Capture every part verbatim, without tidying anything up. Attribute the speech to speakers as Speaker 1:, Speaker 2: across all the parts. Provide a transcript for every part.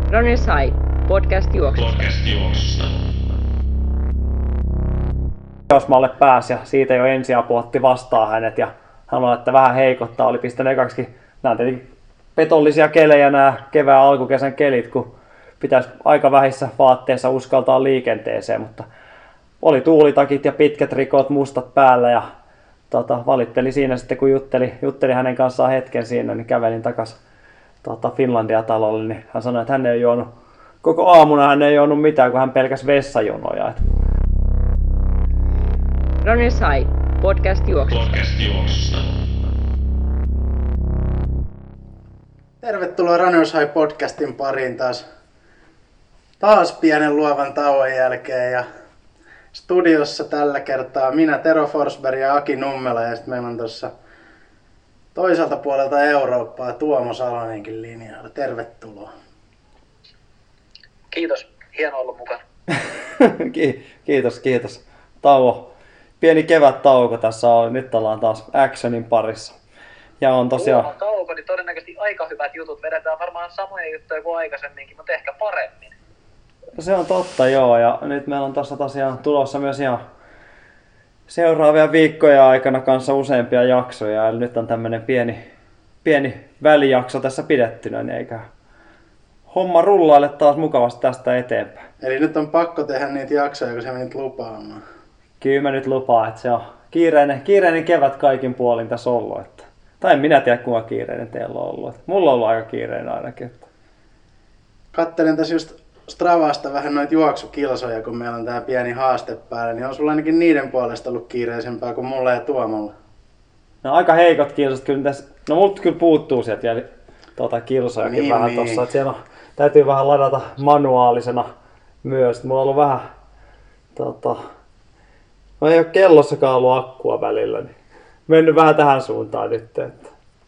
Speaker 1: Runners High, podcast juoksusta.
Speaker 2: Podcast juoksusta.
Speaker 3: Osmalle pääsi ja siitä jo ensiapu otti vastaan hänet ja sanoi, että vähän heikottaa. Oli pistänyt ekaksikin, nämä on tietenkin petollisia kelejä nämä kevään alkukesän kelit, kun pitäisi aika vähissä vaatteissa uskaltaa liikenteeseen, mutta oli tuulitakit ja pitkät rikot, mustat päällä ja tota, valitteli siinä sitten, kun jutteli, jutteli hänen kanssaan hetken siinä, niin kävelin takaisin tota, Finlandia-talolle, niin hän sanoi, että hän ei juonut, koko aamuna hän ei juonut mitään, kun hän pelkäsi vessajonoja.
Speaker 1: Runners High, podcast juoksusta.
Speaker 2: Podcast juoksusta.
Speaker 4: Tervetuloa Runners High podcastin pariin taas, taas pienen luovan tauon jälkeen. Ja studiossa tällä kertaa minä, Tero Forsberg ja Aki Nummela, ja sitten meillä on tuossa toiselta puolelta Eurooppaa Tuomo Salonenkin linjalla. Tervetuloa.
Speaker 5: Kiitos, hieno olla mukana.
Speaker 3: Kiitos, kiitos. Tauko. Pieni kevättauko tässä on. Nyt ollaan taas actionin parissa. Ja on tosiaan...
Speaker 5: Kun on tauko, niin todennäköisesti aika hyvät jutut. Vedetään varmaan samoja juttuja kuin aikaisemminkin, mutta ehkä paremmin.
Speaker 3: Se on totta, joo. Ja nyt meillä on tuossa tosiaan tulossa myös ihan seuraavia viikkoja aikana kanssa useampia jaksoja. Eli nyt on tämmönen pieni, pieni välijakso tässä pidettynä, niin eikä homma rullaile taas mukavasti tästä eteenpäin.
Speaker 4: Eli nyt on pakko tehdä niitä jaksoja, kun sä menit lupaamaan.
Speaker 3: Kyllä mä nyt lupaan, että se on kiireinen, kiireinen kevät kaikin puolin tässä ollut. Että, tai en minä tiedä, kuinka kiireinen teillä on ollut. Että mulla on ollut aika kiireinen ainakin. Että.
Speaker 4: Kattelin tässä just Stravasta vähän noita juoksukilsoja, kun meillä on tää pieni haaste päällä, niin on sulla ainakin niiden puolesta ollut kiireisempää kuin mulla ja Tuomolla.
Speaker 3: No aika heikot kilsat kyllä tässä. No multa kyllä puuttuu sieltä vielä tuota kilsojakin
Speaker 4: niin,
Speaker 3: vähän
Speaker 4: niin.
Speaker 3: tossa. Että siellä on, täytyy vähän ladata manuaalisena myös. Mulla on ollut vähän tota, no ei ole kellossakaan ollut akkua välillä, niin mennyt vähän tähän suuntaan nyt. Että.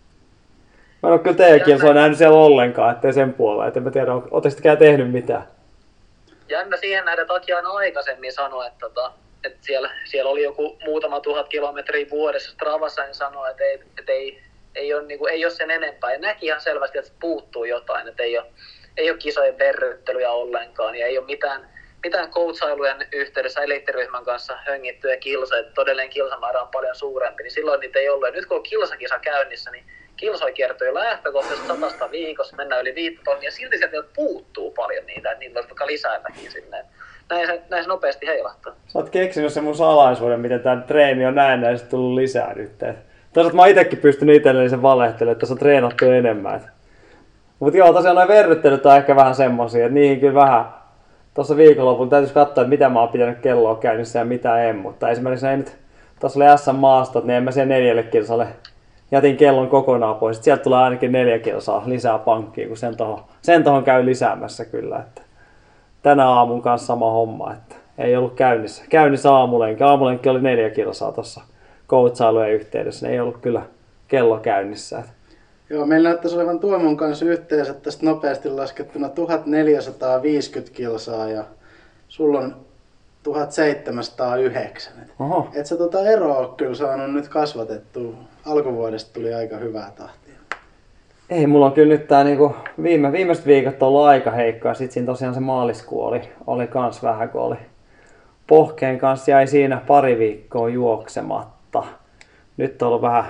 Speaker 3: Mä en ole kyllä teidän kilsoja nähnyt siellä ollenkaan, ettei sen puolella. Et en mä tiedä, ootteko tekään tehnyt mitään?
Speaker 5: Jännä siihen nähdä, että Aki aina aikaisemmin sanoi, että, tota, että siellä, siellä oli joku muutama tuhat kilometriä vuodessa Stravassa, niin sanoi, että ei, että ei, ei, ole, niin kuin, ei ole sen enempää. Ja näki ihan selvästi, että puuttuu jotain, että ei ole, ei ole kisojen verryttelyjä ollenkaan ja ei ole mitään, mitään coachailujen yhteydessä eliittiryhmän kanssa höngittyjä kilsoja, että todellinen kilsamäärä on paljon suurempi, niin silloin niitä ei ollut. Ja nyt kun on kilsakisa käynnissä, niin kilsoja kiertyy jo lähtökohtaisesti satasta viikossa, mennään yli viittä tonnia, ja silti sieltä puuttuu paljon niitä, että niitä voisi vaikka lisäilläkin sinne. Näin se, näin se nopeasti heilahtaa.
Speaker 3: Sä oot keksinyt sen mun salaisuuden, miten tää treeni on näennäisesti tullut lisää nyt. Toisaalta mä oon itekin pystynyt itselleni sen valehtelemaan, että tässä on treenattu enemmän. Mutta joo, tosiaan noi verryttelyt on ehkä vähän semmosia, että niihin kyllä vähän tuossa viikonlopulla täytyisi katsoa, että mitä mä oon pitänyt kelloa käynnissä ja mitä en. Mutta esimerkiksi ei nyt, tuossa oli S M-maastot, niin en mä siellä neljälle kilsalle jätin kellon kokonaan pois. Sitten sieltä tulee ainakin neljä kilsaa lisää pankkiin, kun sen tohon, sen tohon käy lisäämässä kyllä. Että tänä aamun kanssa sama homma, että ei ollut käynnissä. Käynnissä aamulenki. Aamulenki oli neljä kilsaa tuossa coachailujen yhteydessä. Ei ollut kyllä kello käynnissä. Että.
Speaker 4: Joo, meillä näyttäisi olevan Tuomon kanssa yhteensä tästä nopeasti laskettuna tuhatneljäsataaviisikymmentä kilsaa ja sulla on tuhatseitsemänsataayhdeksän.
Speaker 3: Oho.
Speaker 4: Et sä tota eroa ole kyllä saanut nyt kasvatettua. Alkuvuodesta tuli aika hyvää tahtia.
Speaker 3: Ei, mulla on kyllä nyt tää niinku viime, viimeiset viikot ollut aika heikko ja sit siinä tosiaan se maaliskuu oli, oli kans vähän, kun oli pohkeen kanssa jäi siinä pari viikkoa juoksematta. Nyt on ollut vähän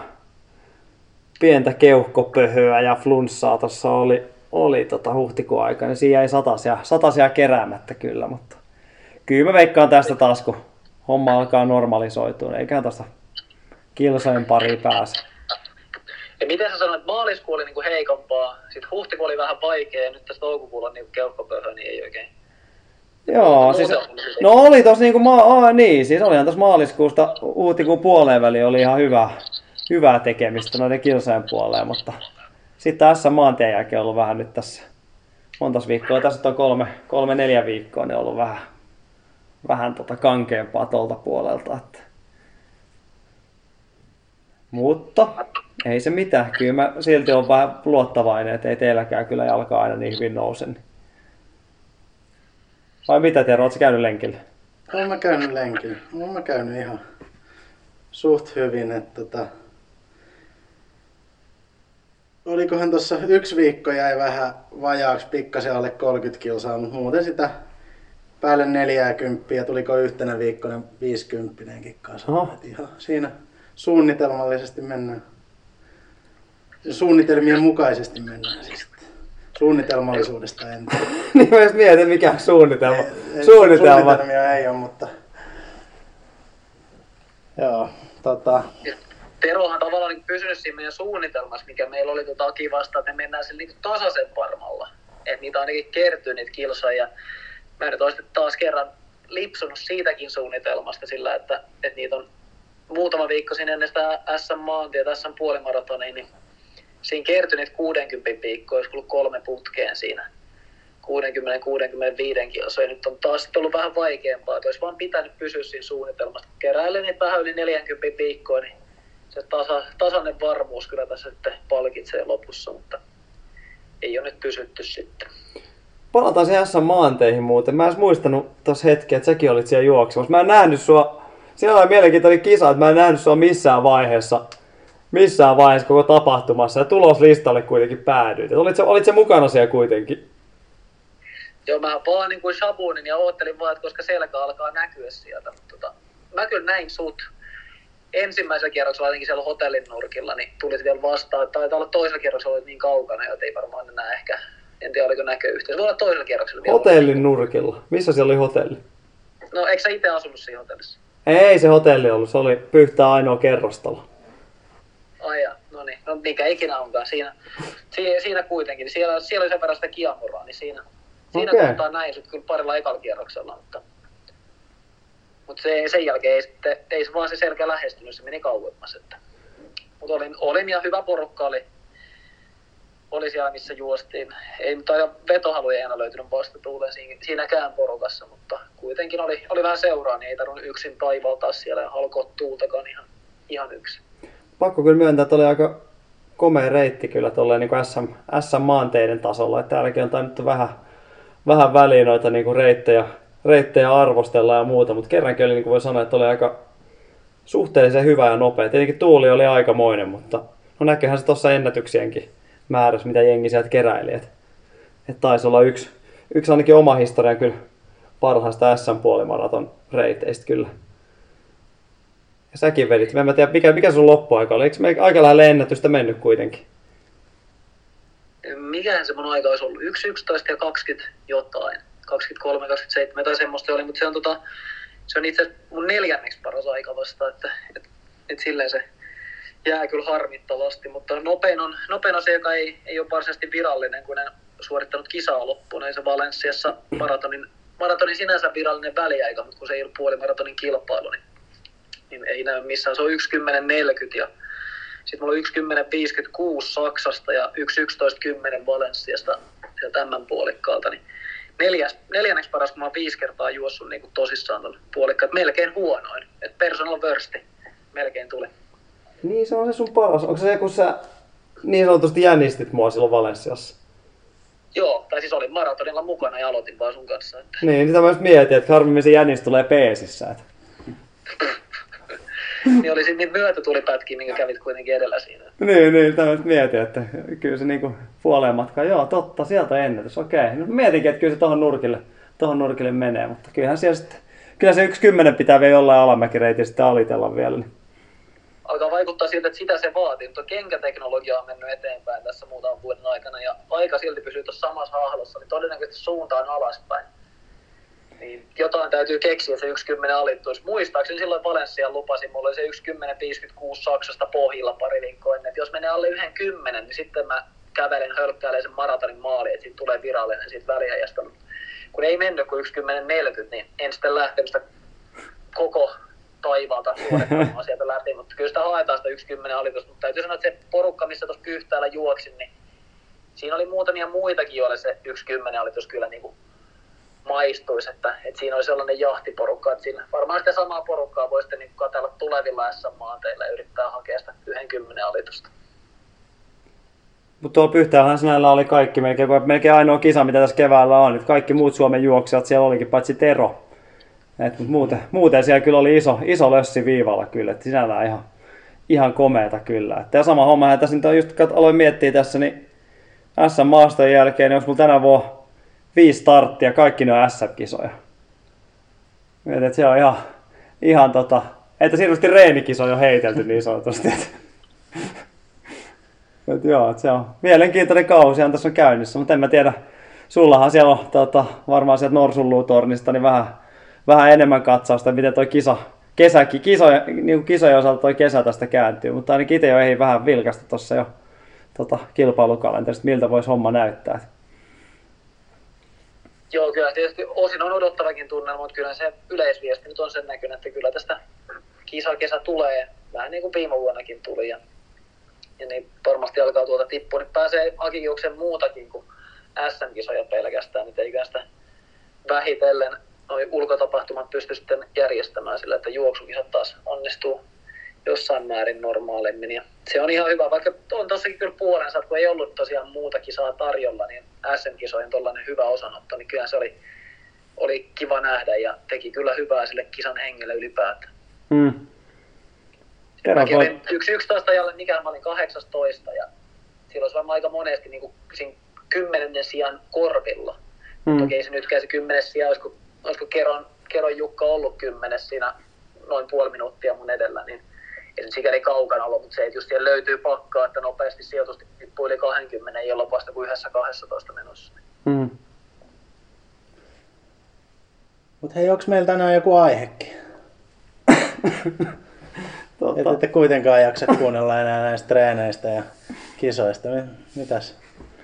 Speaker 3: pientä keuhkopöhöä ja flunssaa tossa oli, oli tota huhtikuun aikana, niin siinä jäi satasia, satasia keräämättä kyllä, mutta kyllä mä veikkaan tästä taas, kun homma alkaa normalisoitua, niin eiköhän tästä kilsojen pariin pääse.
Speaker 5: Ja miten sä sanoit, että maaliskuu oli niinku heikompaa, sitten huhtikuu oli vähän vaikea, ja nyt tässä toukokuulla on niinku keuhkopöhö, niin ei oikein.
Speaker 3: Joo, siis, no oli tossa niinku, ma- aa, niin, siis olihan tossa maaliskuusta huhtikuun puoleen väliin oli ihan hyvä, hyvää tekemistä noiden kilsojen puoleen, mutta sitten tässä maantien jälkeen on ollut vähän nyt tässä montas viikkoa, tässä on kolme, kolme neljä viikkoa, niin on ollut vähän, vähän tota kankeampaa tuolta puolelta. Että. Mutta ei se mitään, kyllä mä silti on vähän luottavainen, että ei teilläkään kyllä jalka aina niin hyvin nouse. Vai mitä Tero, ootko käynyt lenkillä?
Speaker 4: Olen mä käynyt lenkillä. Olen mä käynyt ihan suht hyvin, että tota, olikohan tuossa yksi viikko jäi vähän vajaaksi pikkasen alle kolmekymmentä kilsaa, mutta muuten sitä päälle neljäkymmentä ja tuliko yhtenä viikkona viisikymppinenkin kanssa.
Speaker 3: Oho.
Speaker 4: Ihan siinä suunnitelmallisesti mennään. Suunnitelmien mukaisesti mennään siis. Suunnitelmallisuudesta en tiedä.
Speaker 3: Niin mä just mietin, mikä on suunnitelma.
Speaker 4: Ei,
Speaker 3: Suunnitelma.
Speaker 4: Suunnitelmia ei ole, mutta... Joo, tota...
Speaker 5: Terohan tavallaan niin pysynyt siinä meidän suunnitelmassa, mikä meillä oli tota Aki vasta, että me mennään sillä niin tasaisen varmalla. Että niitä ainakin kertyy niitä kilsoja. Ja mä nyt olisin taas kerran lipsunut siitäkin suunnitelmasta sillä, että, että niitä on muutama viikko sinne ennen sitä S M-maantia tai S M-puolimaratonia, niin siinä kertyi niitä kuusikymmentä viikkoa, olisi ollut kolme putkeen siinä kuusikymmentä kuusikymmentäviisi kilsoja. Nyt on taas ollut vähän vaikeampaa, että olisi vaan pitänyt pysyä siinä suunnitelmassa. Keräilen niitä vähän yli neljäkymmentä viikkoa, niin se tasa, tasainen varmuus kyllä tässä sitten palkitsee lopussa, mutta ei ole nyt pysytty sitten.
Speaker 3: Palataan siihen S M-maanteihin muuten. Mä en edes muistanut tossa hetki, että säkin olit siellä juoksemassa. Mä en nähnyt sua, siellä oli mielenkiintoinen kisa, että mä en nähnyt sua missään vaiheessa, missään vaiheessa koko tapahtumassa. Ja tuloslistalle kuitenkin päädyit. Olit se, olit se mukana siellä kuitenkin?
Speaker 5: Joo, mä vaan niin kuin shabunin ja oottelin vaan, että koska selkä alkaa näkyä sieltä. Mutta tota, mä kyllä näin sut ensimmäisellä kierroksella ainakin siellä hotellin nurkilla, niin tulit vielä vastaan. Taitaa olla toisella kierroksella olit niin kaukana, joten ei varmaan enää ehkä, en tiedä oliko näköyhteys. Voi olla toisella kierroksella vielä.
Speaker 3: Hotellin nurkilla. Missä siellä oli hotelli?
Speaker 5: No, eikö sä itse asunut siinä hotellissa?
Speaker 3: Ei se hotelli ollut, se oli Pyhtää ainoa kerrostalo.
Speaker 5: Ai ja, no niin, no mikä ikinä onkaan. Siinä, siinä, siinä kuitenkin, niin siellä, siellä oli sen verran sitä kiamuraa, niin siinä, siinä
Speaker 3: Okei.
Speaker 5: kohtaa näin sut kyllä parilla ekalla kierroksella, mutta, mutta se, sen jälkeen ei, sitten, ei se vaan se selkä lähestynyt, se meni kauemmas. Että. Mutta olin, olin ja hyvä porukka oli, oli siellä, missä juostiin. Ei nyt aina vetohaluja ei enää löytynyt vastatuuleen siinä, siinäkään porukassa, mutta kuitenkin oli, oli vähän seuraa, niin ei tarvinnut yksin taivaltaa siellä ja halkoa tuultakaan ihan, ihan yksin.
Speaker 3: Pakko kyllä myöntää, että oli aika komea reitti kyllä tolleen niin kuin S M, S M-maanteiden tasolla. Että täälläkin on tainnut vähän, vähän väliin noita niin kuin reittejä, reittejä arvostella ja muuta, mutta kerrankin oli, niin kuin voi sanoa, että oli aika suhteellisen hyvä ja nopea. Tietenkin tuuli oli aikamoinen, mutta no näköhän se tuossa ennätyksienkin määrässä, mitä jengi sieltä keräili. Että et taisi olla yksi, yksi ainakin oma historian kyllä parhaista S M-puolimaraton reiteistä kyllä. Ja säkin vedit. En mä tiedä, mikä, mikä sun loppuaika oli. Eikö me aika lähellä ennätystä mennyt kuitenkin?
Speaker 5: Mikähän se mun aika olisi ollut? yksi yksitoista ja kaksikymmentä jotain. kaksikymmentäkolme kaksikymmentäseitsemän tai semmoista oli, mutta se on, tota, se on itse asiassa mun neljänneksi paras aika vasta, että et, et silleen se jää kyllä harmittavasti, mutta nopein on, nopein on se, joka ei, ei ole varsinaisesti virallinen, kun en suorittanut kisaa loppuun, ei se Valenssiassa maratonin, maratonin sinänsä virallinen väliaika, mutta kun se ei ollut puolimaratonin kilpailu, niin, niin ei näy missään. Se on yksi kymmenen neljäkymmentä ja sitten mulla on yksi kymmenen viisikymmentäkuusi Saksasta ja yksi yksitoista kymmenen Valenssiasta sieltä tämän puolikkaalta, niin neljäs, neljänneksi paras, kun mä oon viisi kertaa juossut niin kuin tosissaan tuon puolikkaan, melkein huonoin, että personal worsti melkein tuli.
Speaker 3: Niin se on se sun paras. Onko se kun sä niin sanotusti jännistit mua silloin Valenssiassa?
Speaker 5: Joo, tai siis olin maratonilla mukana ja aloitin vaan sun kanssa. Että.
Speaker 3: Niin, sitä mä just mietin, että harvemmin se jännis tulee peesissä. Että.
Speaker 5: Niin oli sitten niitä myötätulipätkiä, minkä kävit kuitenkin edellä siinä.
Speaker 3: Niin, niin, sitä mä just mietin, että kyllä se niinku puoleen matkaan, joo totta, sieltä ennätys, okei. No mietinkin, että kyllä se tohon nurkille, tohon nurkille menee, mutta kyllähän siellä sitten, kyllä se yksi kymmenen pitää vielä jollain alamäkireitin sitten alitella vielä. Niin.
Speaker 5: Alkaa vaikuttaa siltä, että sitä se vaatii, mutta kenkäteknologia on mennyt eteenpäin tässä muutaman vuoden aikana ja aika silti pysyy tuossa samassa hahlossa, niin todennäköisesti suunta on alaspäin. Niin jotain täytyy keksiä, se yksi kymmenen alittuisi. Muistaakseni silloin Valenssian lupasin, mulla oli se yksi kymmenen viisikymmentäkuusi Saksasta pohjilla pari viikkoa ennen, että jos menee alle yksi kymmenen, niin sitten mä kävelen hölkkäilen sen maratonin maaliin, että siitä tulee virallinen siitä väliajasta. Kun ei mennyt kuin yksi kymmenen neljäkymmentä, niin en sitten lähtenyt sitä koko taivaalta suorittamaan sieltä läpi, mutta kyllä sitä haetaan sitä yksi kymmenen alitusta, mutta täytyy sanoa, että se porukka, missä tuossa Pyhtäällä juoksin, niin siinä oli muutamia muitakin, joille se yksi kymmenen alitus kyllä niin kuin maistuisi, että, että siinä oli sellainen jahtiporukka, että siinä varmaan sitä samaa porukkaa voi sitten niin katsella tulevilla S M-maanteilla ja yrittää hakea sitä yksi kymmenen alitusta.
Speaker 3: Mutta tuolla Pyhtäällähän näillä oli kaikki, melkein, melkein ainoa kisa, mitä tässä keväällä on, että kaikki muut Suomen juoksijat siellä olikin, paitsi Tero. Et muuten, muuten siellä kyllä oli iso, iso lössi viivalla kyllä, että sinällään ihan, ihan komeata kyllä. Että ja sama homma, että tässä nyt on just aloin miettiä tässä, niin S M-maastojen jälkeen, niin onko mulla tänä vuonna viisi starttia, kaikki ne on S M-kisoja. Mietin, että se on ihan, ihan tota, että hirveästi reenikisoja on heitelty niin sanotusti. Että joo, että se on mielenkiintoinen kausi, tässä on käynnissä, mutta en mä tiedä, sullahan siellä on tota, varmaan sieltä Norsunluutornista niin vähän, vähän enemmän katsausta, miten toi kisa, kesäkin, kisoja, niin kisojen osalta toi kesä tästä kääntyy, mutta ainakin itse jo ei vähän vilkasta tuossa jo tota, kilpailukalenterista, miltä voisi homma näyttää.
Speaker 5: Joo, kyllä tietysti osin on odottavakin tunnelma, mutta kyllä se yleisviesti nyt on sen näköinen, että kyllä tästä kisa-kesä tulee, vähän niin kuin viime vuonnakin tuli. Ja, ja niin varmasti alkaa tuolta tippua. Nyt pääsee Akin juoksen muutakin kuin S M-kisoja pelkästään, niin eiköhän sitä vähitellen noi ulkotapahtumat pysty sitten järjestämään sillä, että juoksukisat taas onnistuu jossain määrin normaalimmin. Ja se on ihan hyvä, vaikka on tossakin kyllä puolensa, kun ei ollut tosiaan muuta kisaa tarjolla, niin S M-kisojen tollainen hyvä osanotto, niin kyllä se oli, oli kiva nähdä ja teki kyllä hyvää sille kisan hengelle ylipäätään.
Speaker 3: Mm.
Speaker 5: Mäkin olin yksi yksitoista ajalle, mikä mä olin kahdeksantoista ja silloin olisi varmaan aika monesti niin kuin siinä kymmenennen sijan korvilla. Mm. Toki ei se nytkään se kymmenes sija, olisiko, olisiko Keron, Keron Jukka ollut kymmenes siinä noin puoli minuuttia mun edellä, niin ei se sikäli kaukana ollut, mutta se, että just siellä löytyy pakkaa, että nopeasti sijoitusti tippuu yli kaksikymmentä, ei ole vasta kuin yhdessä kaksitoista menossa.
Speaker 3: Mm.
Speaker 4: Mut hei, onks meillä tänään joku aihekin? Tota. Et ette kuitenkaan jaksa kuunnella enää näistä treeneistä ja kisoista. Mitäs?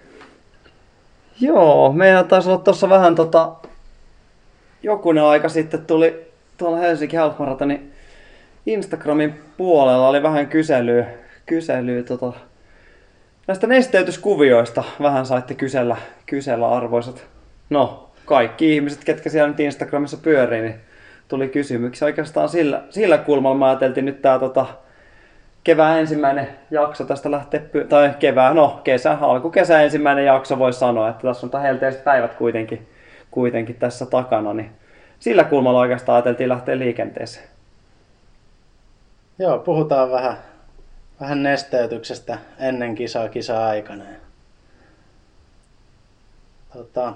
Speaker 3: Joo, meidän taisi olla tuossa vähän tota, jokunen aika sitten tuli tuolla Helsinki Half Marathonin Instagramin puolella oli vähän kyselyä, kyselyä tota, näistä nesteytyskuvioista. Vähän saitte kysellä, kysellä arvoisat. No, kaikki ihmiset, ketkä siellä nyt Instagramissa pyörii, niin tuli kysymyksiä. Oikeastaan sillä, sillä kulmalla mä ajateltiin nyt tää tota, kevään ensimmäinen jakso tästä lähtee, py- tai kevään, no kesä, alkukesän ensimmäinen jakso voi sanoa, että tässä on helteiset päivät kuitenkin, kuitenkin tässä takana, niin sillä kulmalla oikeastaan ajateltiin lähteä liikenteeseen.
Speaker 4: Joo, puhutaan vähän, vähän nesteytyksestä ennen kisaa, kisa-aikana. Tota,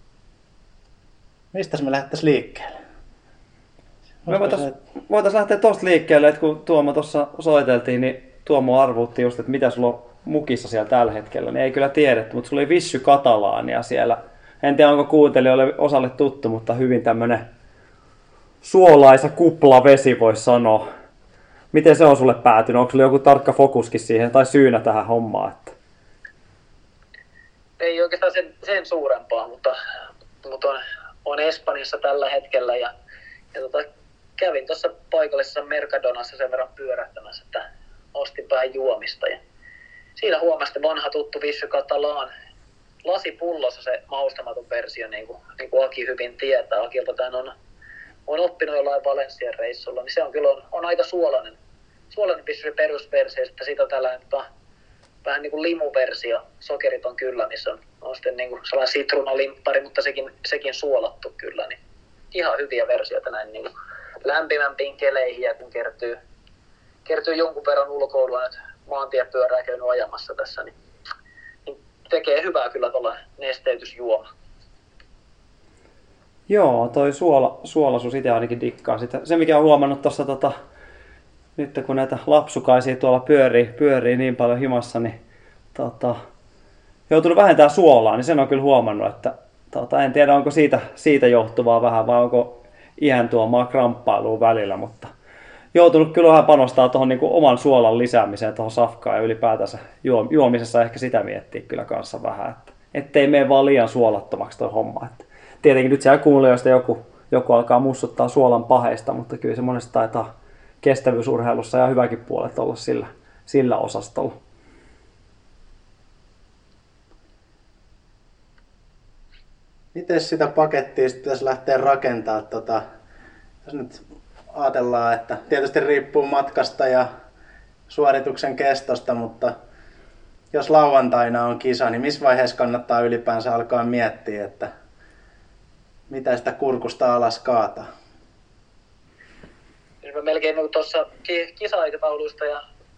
Speaker 4: mistäs me lähdettäisiin liikkeelle?
Speaker 3: Me voitaisiin voitais lähteä tuosta liikkeelle, että kun Tuomo tuossa soiteltiin, niin Tuomo arvuutti just, että mitä sulla on mukissa siellä tällä hetkellä. Niin ei kyllä tiedetty, mutta sulla oli Vichy Catalania siellä. En tiedä, onko kuuntelijoille osalle tuttu, mutta hyvin tämmönen suolaisa kuplavesi voisi sanoa. Miten se on sulle päätynyt? Onko sulla joku tarkka fokuskin siihen tai syynä tähän hommaan? Että...
Speaker 5: Ei oikeastaan sen, sen suurempaa, mutta, mutta on, on Espanjassa tällä hetkellä ja, ja tota, kävin tuossa paikallisessa Mercadonassa sen verran pyörähtämässä, että ostin vähän juomista. Ja siinä huomasin vanha tuttu Vichy Catalan lasipullossa se maustamaton versio, niin kuin, niin kuin Aki hyvin tietää. Akilta tämän on, on oppinut jollain Valenssian reissulla, niin se on kyllä on, on aika suolainen. Suolainen Vichy perusversio, että siitä on tällainen tota, vähän niin kuin limuversio, sokerit on kyllä, missä on, on sitten niin kuin sellainen sitruunalimppari, mutta sekin, sekin suolattu kyllä. Niin ihan hyviä versioita näin niin kuin lämpimämpiin keleihin ja kun kertyy, kertyy jonkun verran ulkoilua nyt maantiepyörää käynyt ajamassa tässä, niin, niin tekee hyvää kyllä tuolla nesteytysjuoma.
Speaker 3: Joo, toi suola, suolaisuus itse ainakin dikkaa sitä. Se mikä on huomannut tuossa tota, nyt kun näitä lapsukaisia tuolla pyörii, pyörii niin paljon himassa, niin tota, joutunut vähentämään suolaa, niin sen on kyllä huomannut, että tota, en tiedä onko siitä, siitä johtuvaa vähän vai onko iän tuomaa kramppailuun välillä, mutta joutunut kyllä vähän panostaa tuohon niin kuin oman suolan lisäämiseen tuohon safkaan ja ylipäätänsä juomisessa ehkä sitä miettiä kyllä kanssa vähän, että ettei mene vaan liian suolattomaksi tuo homma. Että tietenkin nyt siellä kuulijoista joku, joku alkaa mussuttaa suolan paheista, mutta kyllä se monesti taitaa kestävyysurheilussa ja hyväkin puolet olla sillä, sillä osastolla.
Speaker 4: Miten sitä pakettia sitten pitäisi lähteä rakentamaan? Tota, jos nyt ajatellaan, että tietysti riippuu matkasta ja suorituksen kestosta, mutta jos lauantaina on kisa, niin missä vaiheessa kannattaa ylipäänsä alkaa miettiä, että mitä sitä kurkusta alas kaataa?
Speaker 5: Mä melkein niin tuossa kisa-aikatauluista ja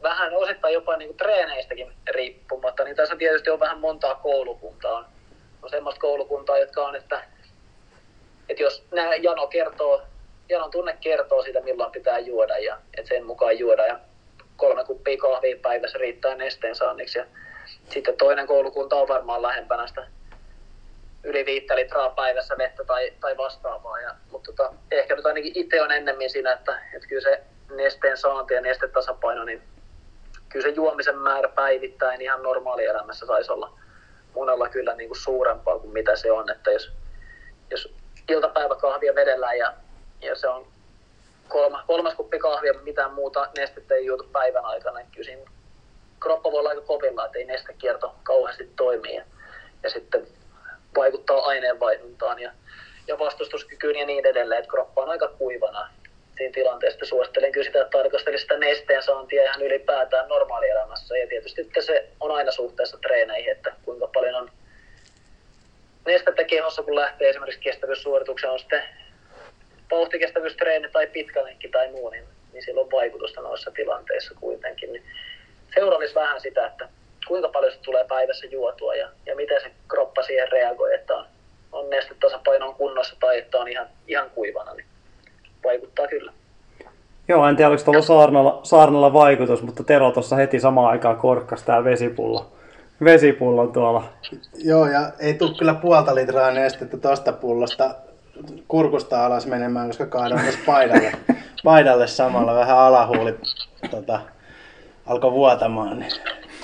Speaker 5: vähän osittain jopa niin kuin treeneistäkin riippumatta, niin tässä tietysti on vähän montaa koulukuntaa. On, on semmoista koulukuntaa, jotka on, että, että jos nämä Jano kertoo, Janon tunne kertoo siitä, milloin pitää juoda ja että sen mukaan juoda ja kolme kuppia kahvia päivässä riittää nesteen saanniksi. Ja sitten toinen koulukunta on varmaan lähempänä sitä yli viittä litraa päivässä vettä tai, tai vastaavaa. Ja, mutta tota, ehkä nyt ainakin itse on ennemmin siinä, että, että kyllä se nesteen saanti ja nestetasapaino, niin kyllä se juomisen määrä päivittäin ihan normaalielämässä saisi olla monella kyllä niin kuin suurempaa kuin mitä se on. Että jos, jos iltapäiväkahvia vedellään ja, ja se on kolma, kolmas kuppi kahvia, mitään muuta nestettä ei juotu päivän aikana, niin kyllä siinä kroppa voi olla aika kovilla, että ei nestekierto kauheasti toimi. Ja, ja sitten vaikuttaa aineenvaihduntaan ja, ja vastustuskykyyn ja niin edelleen, että kroppa on aika kuivana. Siinä tilanteessa suosittelen kyllä sitä, että tarkastelin sitä nesteen saantia ihan ylipäätään normaalielämässä. Ja tietysti että se on aina suhteessa treeneihin, että kuinka paljon on nestettä kehossa, kun lähtee esimerkiksi kestävyyssuoritukseen, on sitten vauhtikestävyystreeni tai pitkä lenkki tai muu, niin, niin sillä on vaikutusta noissa tilanteissa kuitenkin. Niin seuraavissa vähän sitä, että kuinka paljon se tulee päivässä juotua ja, ja miten se kroppa siihen reagoi, että on, on nestetasapaino on kunnossa tai että on ihan, ihan kuivana, niin vaikuttaa kyllä.
Speaker 3: Joo, en tiedä oliko tuolla saarnalla, saarnalla vaikutus, mutta Tero tuossa heti samaan aikaan korkkasi tää vesipullo. Vesipullon tuolla.
Speaker 4: Joo, ja ei tule kyllä puolta litraa nestettä tosta pullosta kurkusta alas menemään, koska kaadan myös paidalle, paidalle samalla vähän alahuuli tota, alkoi vuotamaan. Niin.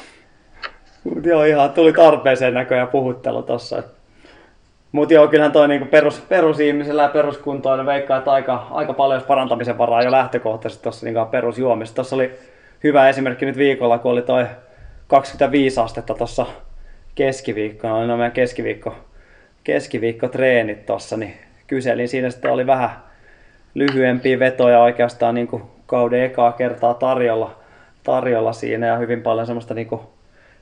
Speaker 3: Mut joo, ihan tuli tarpeeseen näköjään puhuttelu tossa. Mut joo, kyllähän toi niinku perus, perusihmisellä ja peruskuntoilla veikkaa, että aika, aika paljon parantamisen varaa jo lähtökohtaisesti tuossa niinku perusjuomissa. Tuossa oli hyvä esimerkki nyt viikolla, kun oli toi kaksikymmentäviisi astetta tuossa keskiviikkona, oli no meidän keskiviikko, keskiviikkotreenit tuossa, niin kyselin. Siinä sitten oli vähän lyhyempiä vetoja oikeastaan niin kuin kauden ekaa kertaa tarjolla, tarjolla siinä ja hyvin paljon semmoista niin kuin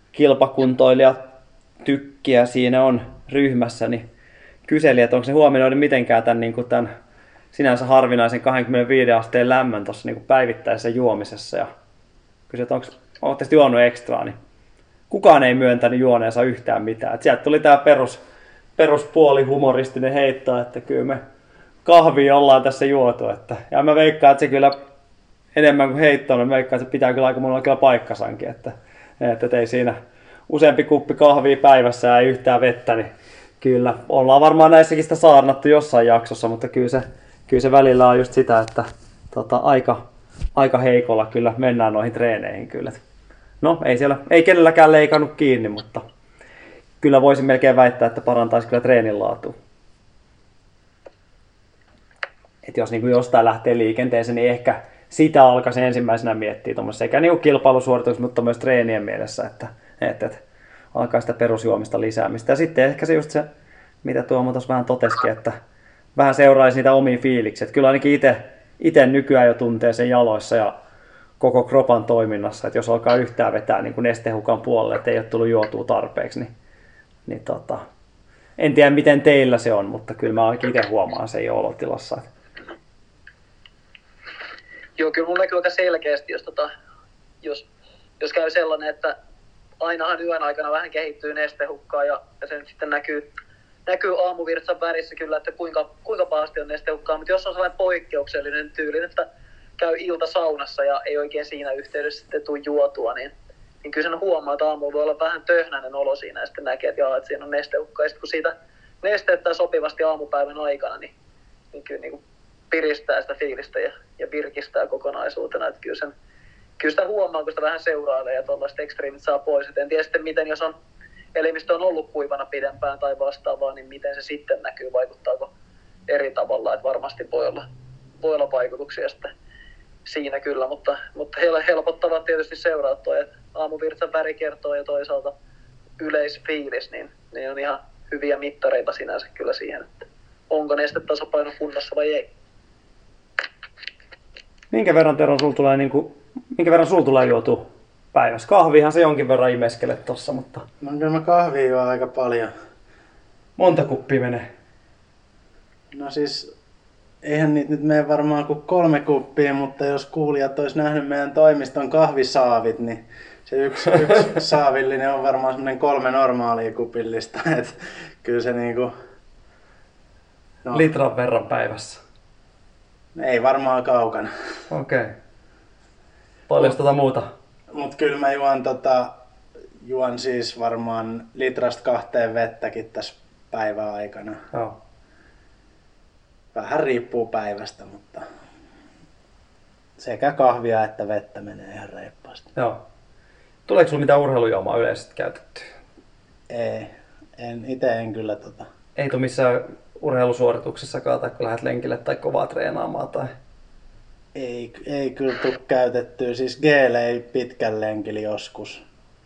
Speaker 3: kilpakuntoilijatykkiä siinä on ryhmässä, niin kyselin, että onko se huomioinut mitenkään tämän, niin kuin tämän sinänsä harvinaisen kaksikymmentäviisi asteen lämmön tuossa niin kuin päivittäisessä juomisessa ja kysyin, että onko olette juonut ekstraa, niin kukaan ei myöntänyt juoneensa yhtään mitään. Et sieltä tuli tää perus, peruspuoli humoristinen heitto, että kyllä me kahvia ollaan tässä juotu. Että, ja mä veikkaan, että se kyllä enemmän kuin heittoa, mä veikkaan, että se pitää kyllä aika monella kyllä paikkasankin. Että, että ei siinä useampi kuppi kahvia päivässä ja ei yhtään vettä, niin kyllä ollaan varmaan näissäkin sitä saarnattu jossain jaksossa, mutta kyllä se, kyllä se välillä on just sitä, että tota, aika, aika heikolla kyllä mennään noihin treeneihin kyllä. No ei siellä, ei kenelläkään leikannut kiinni, mutta kyllä voisin melkein väittää, että parantaisi kyllä treenin laatua. Et jos niin kuin jostain lähtee liikenteeseen, niin ehkä sitä alkaisin ensimmäisenä miettiä sekä niin kilpailusuorituksen, mutta myös treenien mielessä, että, että, että alkaa sitä perusjuomista lisäämistä. Ja sitten ehkä se just se, mitä Tuomo tuossa vähän totesikin, että vähän seuraisi niitä omia fiiliksiä. Että kyllä ainakin itse, itse nykyään jo tuntee sen jaloissa ja koko kropan toiminnassa, että jos alkaa yhtään vetää niin kuin nestehukan puolelle, että ei ole tullut juotua tarpeeksi, niin, niin tota, en tiedä miten teillä se on, mutta kyllä mä ainakin itse huomaan sen jo olotilassa.
Speaker 5: Joo, kyllä mun näkyy aika selkeästi, jos, tota, jos, jos käy sellainen, että ainahan yön aikana vähän kehittyy nestehukkaa ja, ja se sitten näkyy, näkyy aamuvirtsan värissä kyllä, että kuinka, kuinka pahasti on nestehukkaa, mutta jos on sellainen poikkeuksellinen tyyli, että käy ilta saunassa ja ei oikein siinä yhteydessä sitten tule juotua, niin, niin kyllä sen huomaa, että aamulla voi olla vähän töhnäinen olo siinä ja sitten näkee, että, jaa, että siinä on nestehukkaa. Ja sitten kun siitä nesteettää sopivasti aamupäivän aikana, niin, niin kyllä niin kuin piristää sitä fiilistä ja, ja virkistää kokonaisuutena. Että kyllä, sen, kyllä sitä huomaa, kun sitä vähän seurailee ja tuollaiset ekstriimit saa pois. Et en tiedä sitten, miten jos on elimistö on ollut kuivana pidempään tai vastaavaa, niin miten se sitten näkyy, vaikuttaako eri tavalla. Että varmasti voi olla, voi olla vaikutuksia sitten siinä kyllä, mutta, mutta helpottavat tietysti seuraattua, että aamuvirtsan väri kertoo ja toisaalta yleisfiilis, niin ne on ihan hyviä mittareita sinänsä kyllä siihen, että onko nestetasapaino kunnossa vai ei.
Speaker 3: Minkä verran Tero sul tulee, niin kuin, minkä verran sul tulee juotua päivässä? Kahvihan se jonkin verran imeskelet tossa, mutta...
Speaker 4: No kyllä mä kahvia juon aika paljon.
Speaker 3: Monta kuppia menee?
Speaker 4: No siis eihän niitä nyt mene varmaan kuin kolme kuppia, mutta jos kuulijat olisi nähnyt meidän toimiston kahvisaavit, niin se yksi, yksi saavillinen on varmaan semmoinen kolme normaalia kupillista. Et kyllä se niinku...
Speaker 3: No, litran verran päivässä?
Speaker 4: Ei varmaan kaukana.
Speaker 3: Okei. Okay. Paljon tota muuta?
Speaker 4: Mut kyllä mä juon, tota, juon siis varmaan litrasta kahteen vettäkin tässä päivän aikana.
Speaker 3: Joo.
Speaker 4: Vähän riippuu päivästä, mutta sekä kahvia että vettä menee ihan reippaasti.
Speaker 3: Joo. Tuleeko sulla mitään urheilujuomaa yleisesti käytettyä?
Speaker 4: Ei. En, ite en kyllä tota.
Speaker 3: Ei tule missään urheilusuorituksessakaan tai kun lähdet lenkille tai kovaa treenaamaan tai...
Speaker 4: Ei, ei kyllä tule käytettyä. Siis geelei pitkän lenkillä joskus.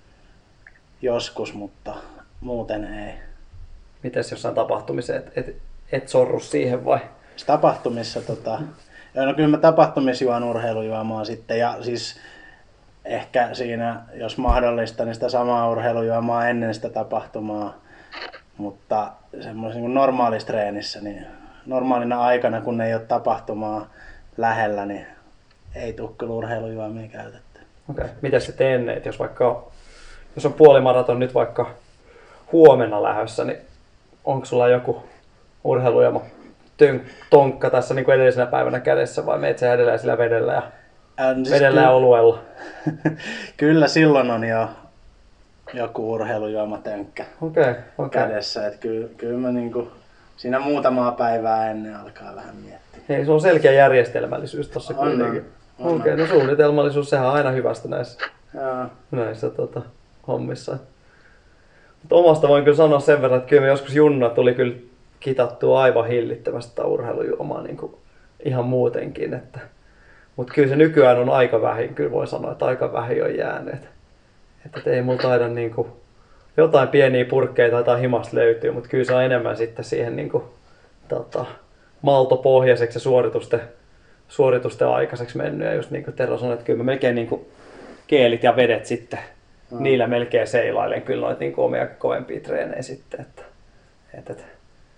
Speaker 4: Joskus, mutta muuten ei.
Speaker 3: Mites jossain tapahtumisessa, et, et, et sorru siihen vai?
Speaker 4: Tapahtumissa tota... No kyllä mä tapahtumissa juon urheilujuomaa sitten ja siis ehkä siinä, jos mahdollista, niin sitä samaa urheilujuomaa ennen sitä tapahtumaa. Mutta semmoisen niin normaalissa treenissä, niin normaalina aikana, kun ei ole tapahtumaa lähellä, niin ei tule kyllä urheilujuomia käytetty.
Speaker 3: Okei. Okay. Mitäs sitten ennen, että jos vaikka jos on puolimaraton nyt vaikka huomenna lähdössä, niin onko sulla joku urheilujuoma tonkka tässä niin kuin edellisenä päivänä kädessä vai meet sä edelleen sillä vedellä ja, äh, siis vedellä ja oluella?
Speaker 4: Kyllä silloin on jo joku urheilujuomatönkkä
Speaker 3: okay, okay.
Speaker 4: kädessä. Että kyllä, kyllä mä niinku siinä muutamaa päivää ennen alkaa vähän miettiä.
Speaker 3: Hei, se on selkeä järjestelmällisyys tossa
Speaker 4: on,
Speaker 3: kuitenkin.
Speaker 4: On,
Speaker 3: Okei, okay, no suunnitelmallisuus, sehän on aina hyvästä näissä,
Speaker 4: Joo.
Speaker 3: näissä tota, hommissa. Mutta omasta voin kyllä sanoa sen verran, että kyllä me joskus junnuna tuli kyllä kitattua aivan hillittömästä urheilujuomaa niin kuin ihan muutenkin. Että, mutta kyllä se nykyään on aika vähin, kyllä voi sanoa, että aika vähin on jääneet. Että, että ei multa aina niin kuin, jotain pieniä purkkeita taitaa himasta löytyy, mutta kyllä se on enemmän sitten siihen niin kuin, tota, maltopohjaiseksi ja suoritusten, suoritusten aikaiseksi mennyt. Ja just niin kuin Tero sanoi, että kyllä mä melkein niin kuin keelit ja vedet sitten, mm. niillä melkein seilailen kyllä noita niin kuin omia kovempia treenejä sitten. Että, että, että.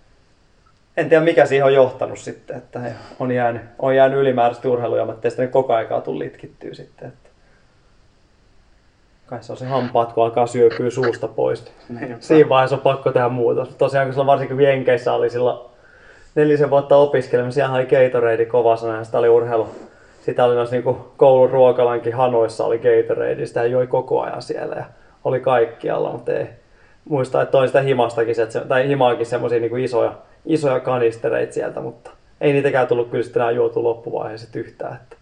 Speaker 3: En tiedä mikä siihen on johtanut sitten, että on jäänyt, on jäänyt ylimääräisesti urheilujuomat, ettei sitä nyt koko aikaa tule litkittyä sitten. Että. Kai se on se hampaat, kun alkaa syöpyä suusta pois.
Speaker 4: Niin,
Speaker 3: siinä vaiheessa on pakko tehdä muuta. Tosiaan kun silloin varsinkin Jenkeissä oli silloin nelisen vuotta opiskelemassa, siellä oli Gatorade kova sana ja sitä oli urheilu. Sitä oli noissa niinku koulun ruokalankin hanoissa oli Gatorade, sitä joi koko ajan siellä ja oli kaikkialla, mutta ei muista, että toin sitä himastakin, tai himaakin semmosia niinku isoja, isoja kanistereita sieltä, mutta ei niitäkään tullut kyllä sitten enää juotu loppuvaiheessa yhtään. Että.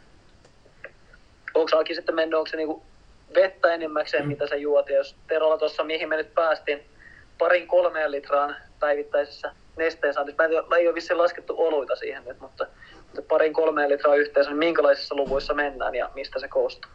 Speaker 5: Onko Aki sitten mennyt, onko se niinku vettä enimmäkseen, mm. mitä sä juot, ja jos Terolla tuossa, mihin me nyt päästiin, parin kolmeen litraan päivittäisessä nesteen saannissa, mä en tiedä, ei ole vissiin laskettu oluita siihen nyt, mutta, mutta parin kolmeen litraa yhteensä, niin minkälaisissa luvuissa mennään ja mistä se koostuu?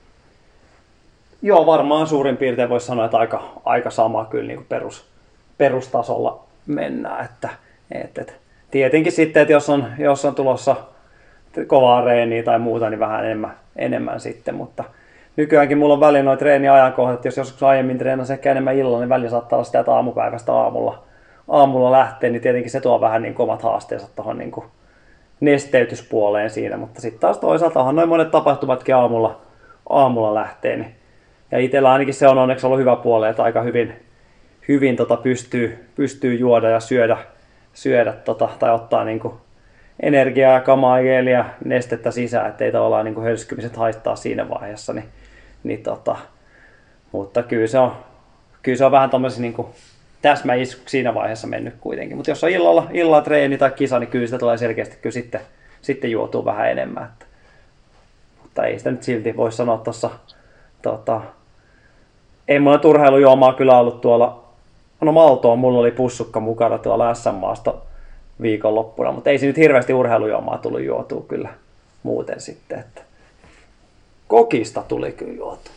Speaker 3: Joo, varmaan suurin piirtein voisi sanoa, että aika, aika sama kyllä niin kuin perus, perustasolla mennään. Että, et, et. Tietenkin sitten, että jos on, jos on tulossa kovaa reeniä tai muuta, niin vähän enemmän, enemmän sitten, mutta nykyäänkin mulla on välillä noin treeniajankohdat, että jos joskus aiemmin treenasi ehkä enemmän illalla, niin välillä saattaa olla sitä, että aamupäivästä aamulla, aamulla lähtee, niin tietenkin se tuo vähän niin omat haasteensa tuohon niin nesteytyspuoleen siinä, mutta sitten taas toisaalta onhan noin monet tapahtumatkin aamulla, aamulla lähtee, niin ja itsellä ainakin se on onneksi ollut hyvä puoli, että aika hyvin, hyvin tota pystyy, pystyy juoda ja syödä, syödä tota, tai ottaa niinku energiaa ja kamaa, geeliä, nestettä sisään, ettei tavallaan niinku hörskymiset haittaa siinä vaiheessa. Niin, niin tota, mutta kyllä se on, kyllä se on vähän tommosia niinku täsmäisku siinä vaiheessa mennyt kuitenkin. Mutta jos on illalla, illalla treeni tai kisa, niin kyllä sitä tulee selkeästi kyllä sitten, sitten juotuu vähän enemmän. Että, mutta ei sitä nyt silti voi sanoa tuossa. Tota, ei mulla urheilujuomaa kyllä ollut tuolla, no Maltoon mulla oli pussukka mukana tuolla S M-maasta viikonloppuna, mutta ei se nyt hirveästi urheilujuomaa tullut juotua kyllä muuten sitten. Että kokista tuli kyllä juotua.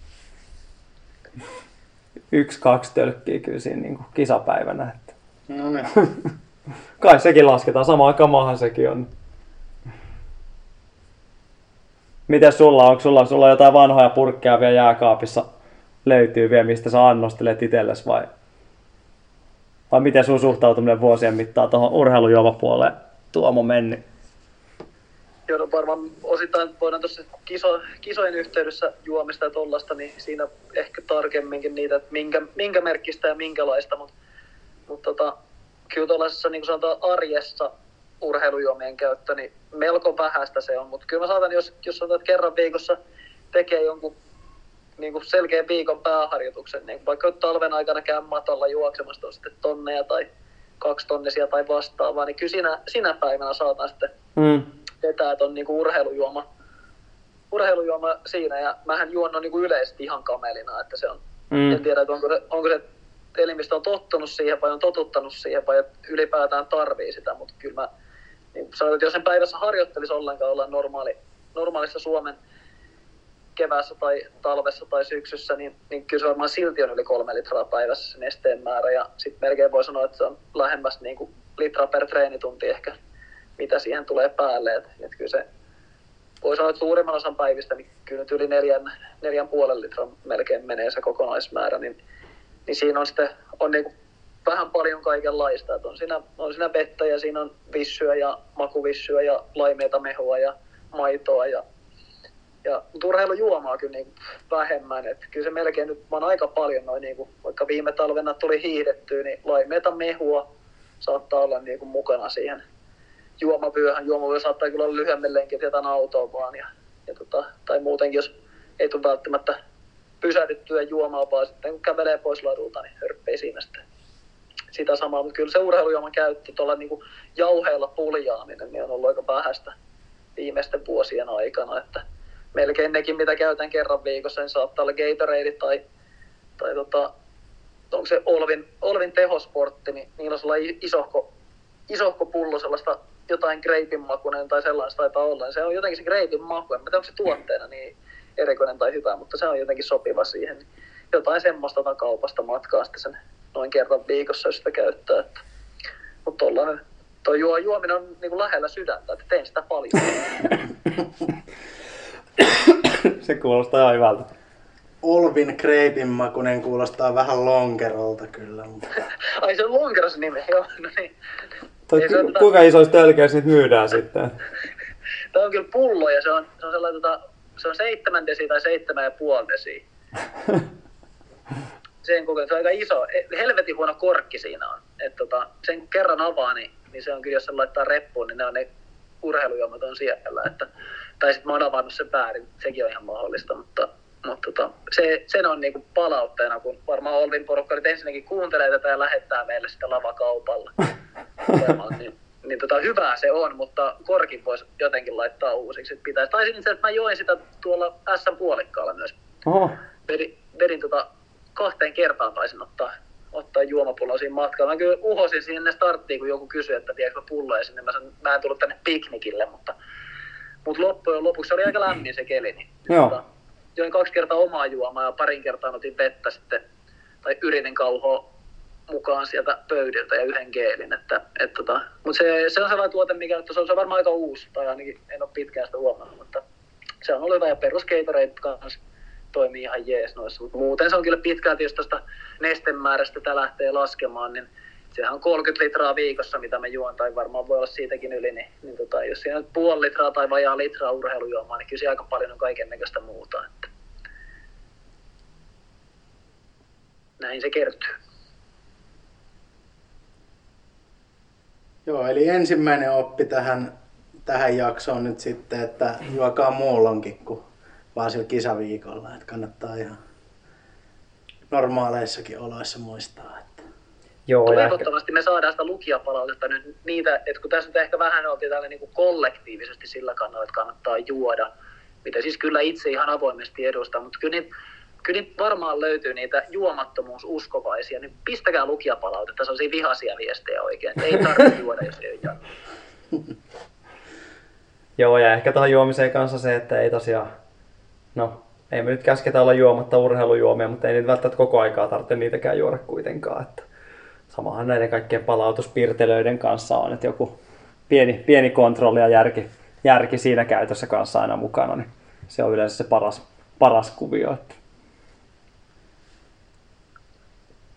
Speaker 3: Yksi, kaksi tölkkiä kyllä siinä niin kuin kisapäivänä. Että.
Speaker 4: No niin.
Speaker 3: Kai sekin lasketaan, samaan kamahan sekin on. Mites sulla on? Onko sulla, sulla jotain vanhoja purkkeja vielä jääkaapissa löytyy vielä, mistä sä annostelet itsellesi vai? Vai miten sun suhtautuminen vuosien mittaan tuohon urheilujuomapuoleen Tuomo mennyt?
Speaker 5: Joo, no varmaan osittain voidaan tuossa kiso, kisojen yhteydessä juomista ja tollasta, niin siinä ehkä tarkemminkin niitä, että minkä, minkä merkkistä ja minkälaista, mutta mut tota, kyllä tuollaisessa niin kuin sanotaan arjessa urheilujuomien käyttö, niin melko vähäistä se on, mutta kyllä mä saatan, jos, jos sanotaan, että kerran viikossa tekee jonkun niin kuin selkeän viikon pääharjoituksen, niin vaikka talven aikana käy matalla juoksemassa sitten tonneja tai kaksitonnisia tai vastaavaa, niin kyllä siinä, sinä päivänä saatan sitten mm. vetää ton niinku urheilujuoma, urheilujuoma siinä, ja mähän juon no niinku yleisesti ihan kamelina, että se on, mm. en tiedä, että onko se, onko se elimistö on tottunut siihen vai on totuttanut siihen vai ylipäätään tarvii sitä, mutta kyllä mä niin sanon, että jos en päivässä harjoittelisi ollenkaan olla normaali, normaalissa Suomen keväässä tai talvessa tai syksyssä, niin, niin kyllä se varmaan silti on yli kolme litraa päivässä se nesteen määrä, ja sitten melkein voi sanoa, että se on lähemmäs niinku litra per treenitunti ehkä, mitä siihen tulee päälle. Et, et kyllä se, voi sanoa, että suurimman osan päivistä, niin kyllä nyt yli neljän, neljän puolen litran melkein menee se kokonaismäärä, niin, niin siinä on sitten on niinku vähän paljon kaikenlaista. Et on, siinä, on siinä vettä ja siinä on vissyä ja makuvissyä ja laimeita mehua ja maitoa ja Ja urheilujuomaa kyllä niin vähemmän, että kyllä se melkein nyt, mä oon aika paljon noin, niin kuin, vaikka viime talvena tuli hiihdettyä, niin laimeita mehua saattaa olla niin kuin mukana siihen juomavyöhön. Juomavyö saattaa kyllä olla lyhyemmällekin, että jätän autoon vaan, ja, ja tota, tai muutenkin, jos ei tule välttämättä pysähdyttyä juomaa, vaan sitten kun kävelee pois ladulta, niin hörppei siinä sitten sitä samaa. Mutta kyllä se urheilujuoman käyttö, tuolla niin kuin jauheilla puljaaminen, niin on ollut aika vähäistä viimeisten vuosien aikana, että melkein nekin, mitä käytän kerran viikossa, niin saattaa olla Gatorade tai, tai tota, onko se Olvin, Olvin tehosportti, niin niillä on sellainen isohko, isohko pullo, sellaista jotain greipin makuinen tai sellaista taitaa olla. Se on jotenkin se greipin maku, en tiedä, onko se tuotteena niin erikoinen tai hyvä, mutta se on jotenkin sopiva siihen. Jotain semmoista otan kaupasta matkaa sitten sen noin kerran viikossa, jos sitä käyttää. Että, mutta tollainen, toi juo, juominen on niin kuin lähellä sydäntä, että teen sitä paljon.
Speaker 3: Se kuulostaa ihan hyvältä.
Speaker 4: Olvin kreipin makunen kuulostaa vähän lonkerolta kyllä. Mutta...
Speaker 5: Ai se on lonkero se nimi, joo. No niin.
Speaker 3: Tai niin, ku, kuinka isoista tölkeissä niitä myydään sitten?
Speaker 5: Tämä on kyllä pullo ja se on, se on sellainen, tota, se on seitsemän desi tai seitsemän ja puoli desi. Sen kukaan, se on aika iso, helvetin huono korkki siinä on. Et tota, sen kun kerran avaa, niin, niin se on kyllä, jos sen laittaa reppuun, niin ne on ne urheilujuomat on siellä. Että, tai sitten mä oon avannut sen väärin, sekin on ihan mahdollista, mutta, mutta tota, se, sen on niinku palautteena, kun varmaan Olvin porukka nyt ensinnäkin kuuntelee tätä ja lähettää meille sitä lavakaupalla. niin niin tota, hyvää se on, mutta korkin voisi jotenkin laittaa uusiksi. Pitäisi. Tai sitten, että mä join sitä tuolla S-puolikkaalla myös.
Speaker 3: Oho.
Speaker 5: Vedin, vedin tota, kahteen kertaan taisin ottaa, ottaa juomapulloa siinä matkalla. Mä kyllä uhosin sinne starttiin, kun joku kysyi, että viekö mä pulloja sinne. Mä, sanon, mä en tullut tänne piknikille, mutta, mutta loppujen lopuksi se oli aika lämmin se keli. Niin, tota, join kaksi kertaa omaa juomaa ja parin kertaa otin vettä sitten, tai yritin kauhoa mukaan sieltä pöydiltä ja yhden geelin. Että, et tota, mutta se, se on sellainen tuote, mikä se on, se on varmaan aika uusi, tai ainakin en ole pitkään sitä huomannut, mutta se on ollut hyvä ja perus Gatorade kanssa toimii ihan jees noissa. Mutta muuten se on kyllä pitkälti, jos tuosta nestemäärästä tätä lähtee laskemaan, niin sehän on kolmekymmentä litraa viikossa, mitä mä juon, tai varmaan voi olla siitäkin yli, niin, niin tota, jos siinä on puoli litraa tai vajaa litraa urheilujuomaa, niin kyllä se aika paljon on kaikennäköistä muuta. Että näin se kertyy.
Speaker 4: Joo, eli ensimmäinen oppi tähän, tähän jaksoon nyt sitten, että juokaa muulloinkin kuin vaan sillä kisaviikolla. Että kannattaa ihan normaaleissakin oloissa muistaa. Että...
Speaker 5: Joo, toivottavasti me saadaan sitä lukijapalautetta nyt niitä, että kun tässä nyt ehkä vähän oltiin tällä niin kuin kollektiivisesti sillä kannalla, että kannattaa juoda, mitä siis kyllä itse ihan avoimesti edustaa, mutta kyllä niitä, kyllä niitä varmaan löytyy niitä juomattomuususkovaisia, niin pistäkää lukijapalautetta, se on siinä vihaisia viestejä oikein, että ei tarvitse juoda, jos ei ole.
Speaker 3: Joo, ja ehkä tähän juomiseen kanssa se, että ei tosiaan, no ei me nyt käsketä olla juomatta urheilujuomia, mutta ei nyt välttämättä koko aikaa tarvitse niitäkään juoda kuitenkaan. Että samahan näiden kaikkien palautuspirtelöiden kanssa on, että joku pieni, pieni kontrolli ja järki, järki siinä käytössä kanssa aina mukana, niin se on yleensä se paras, paras kuvio. Että...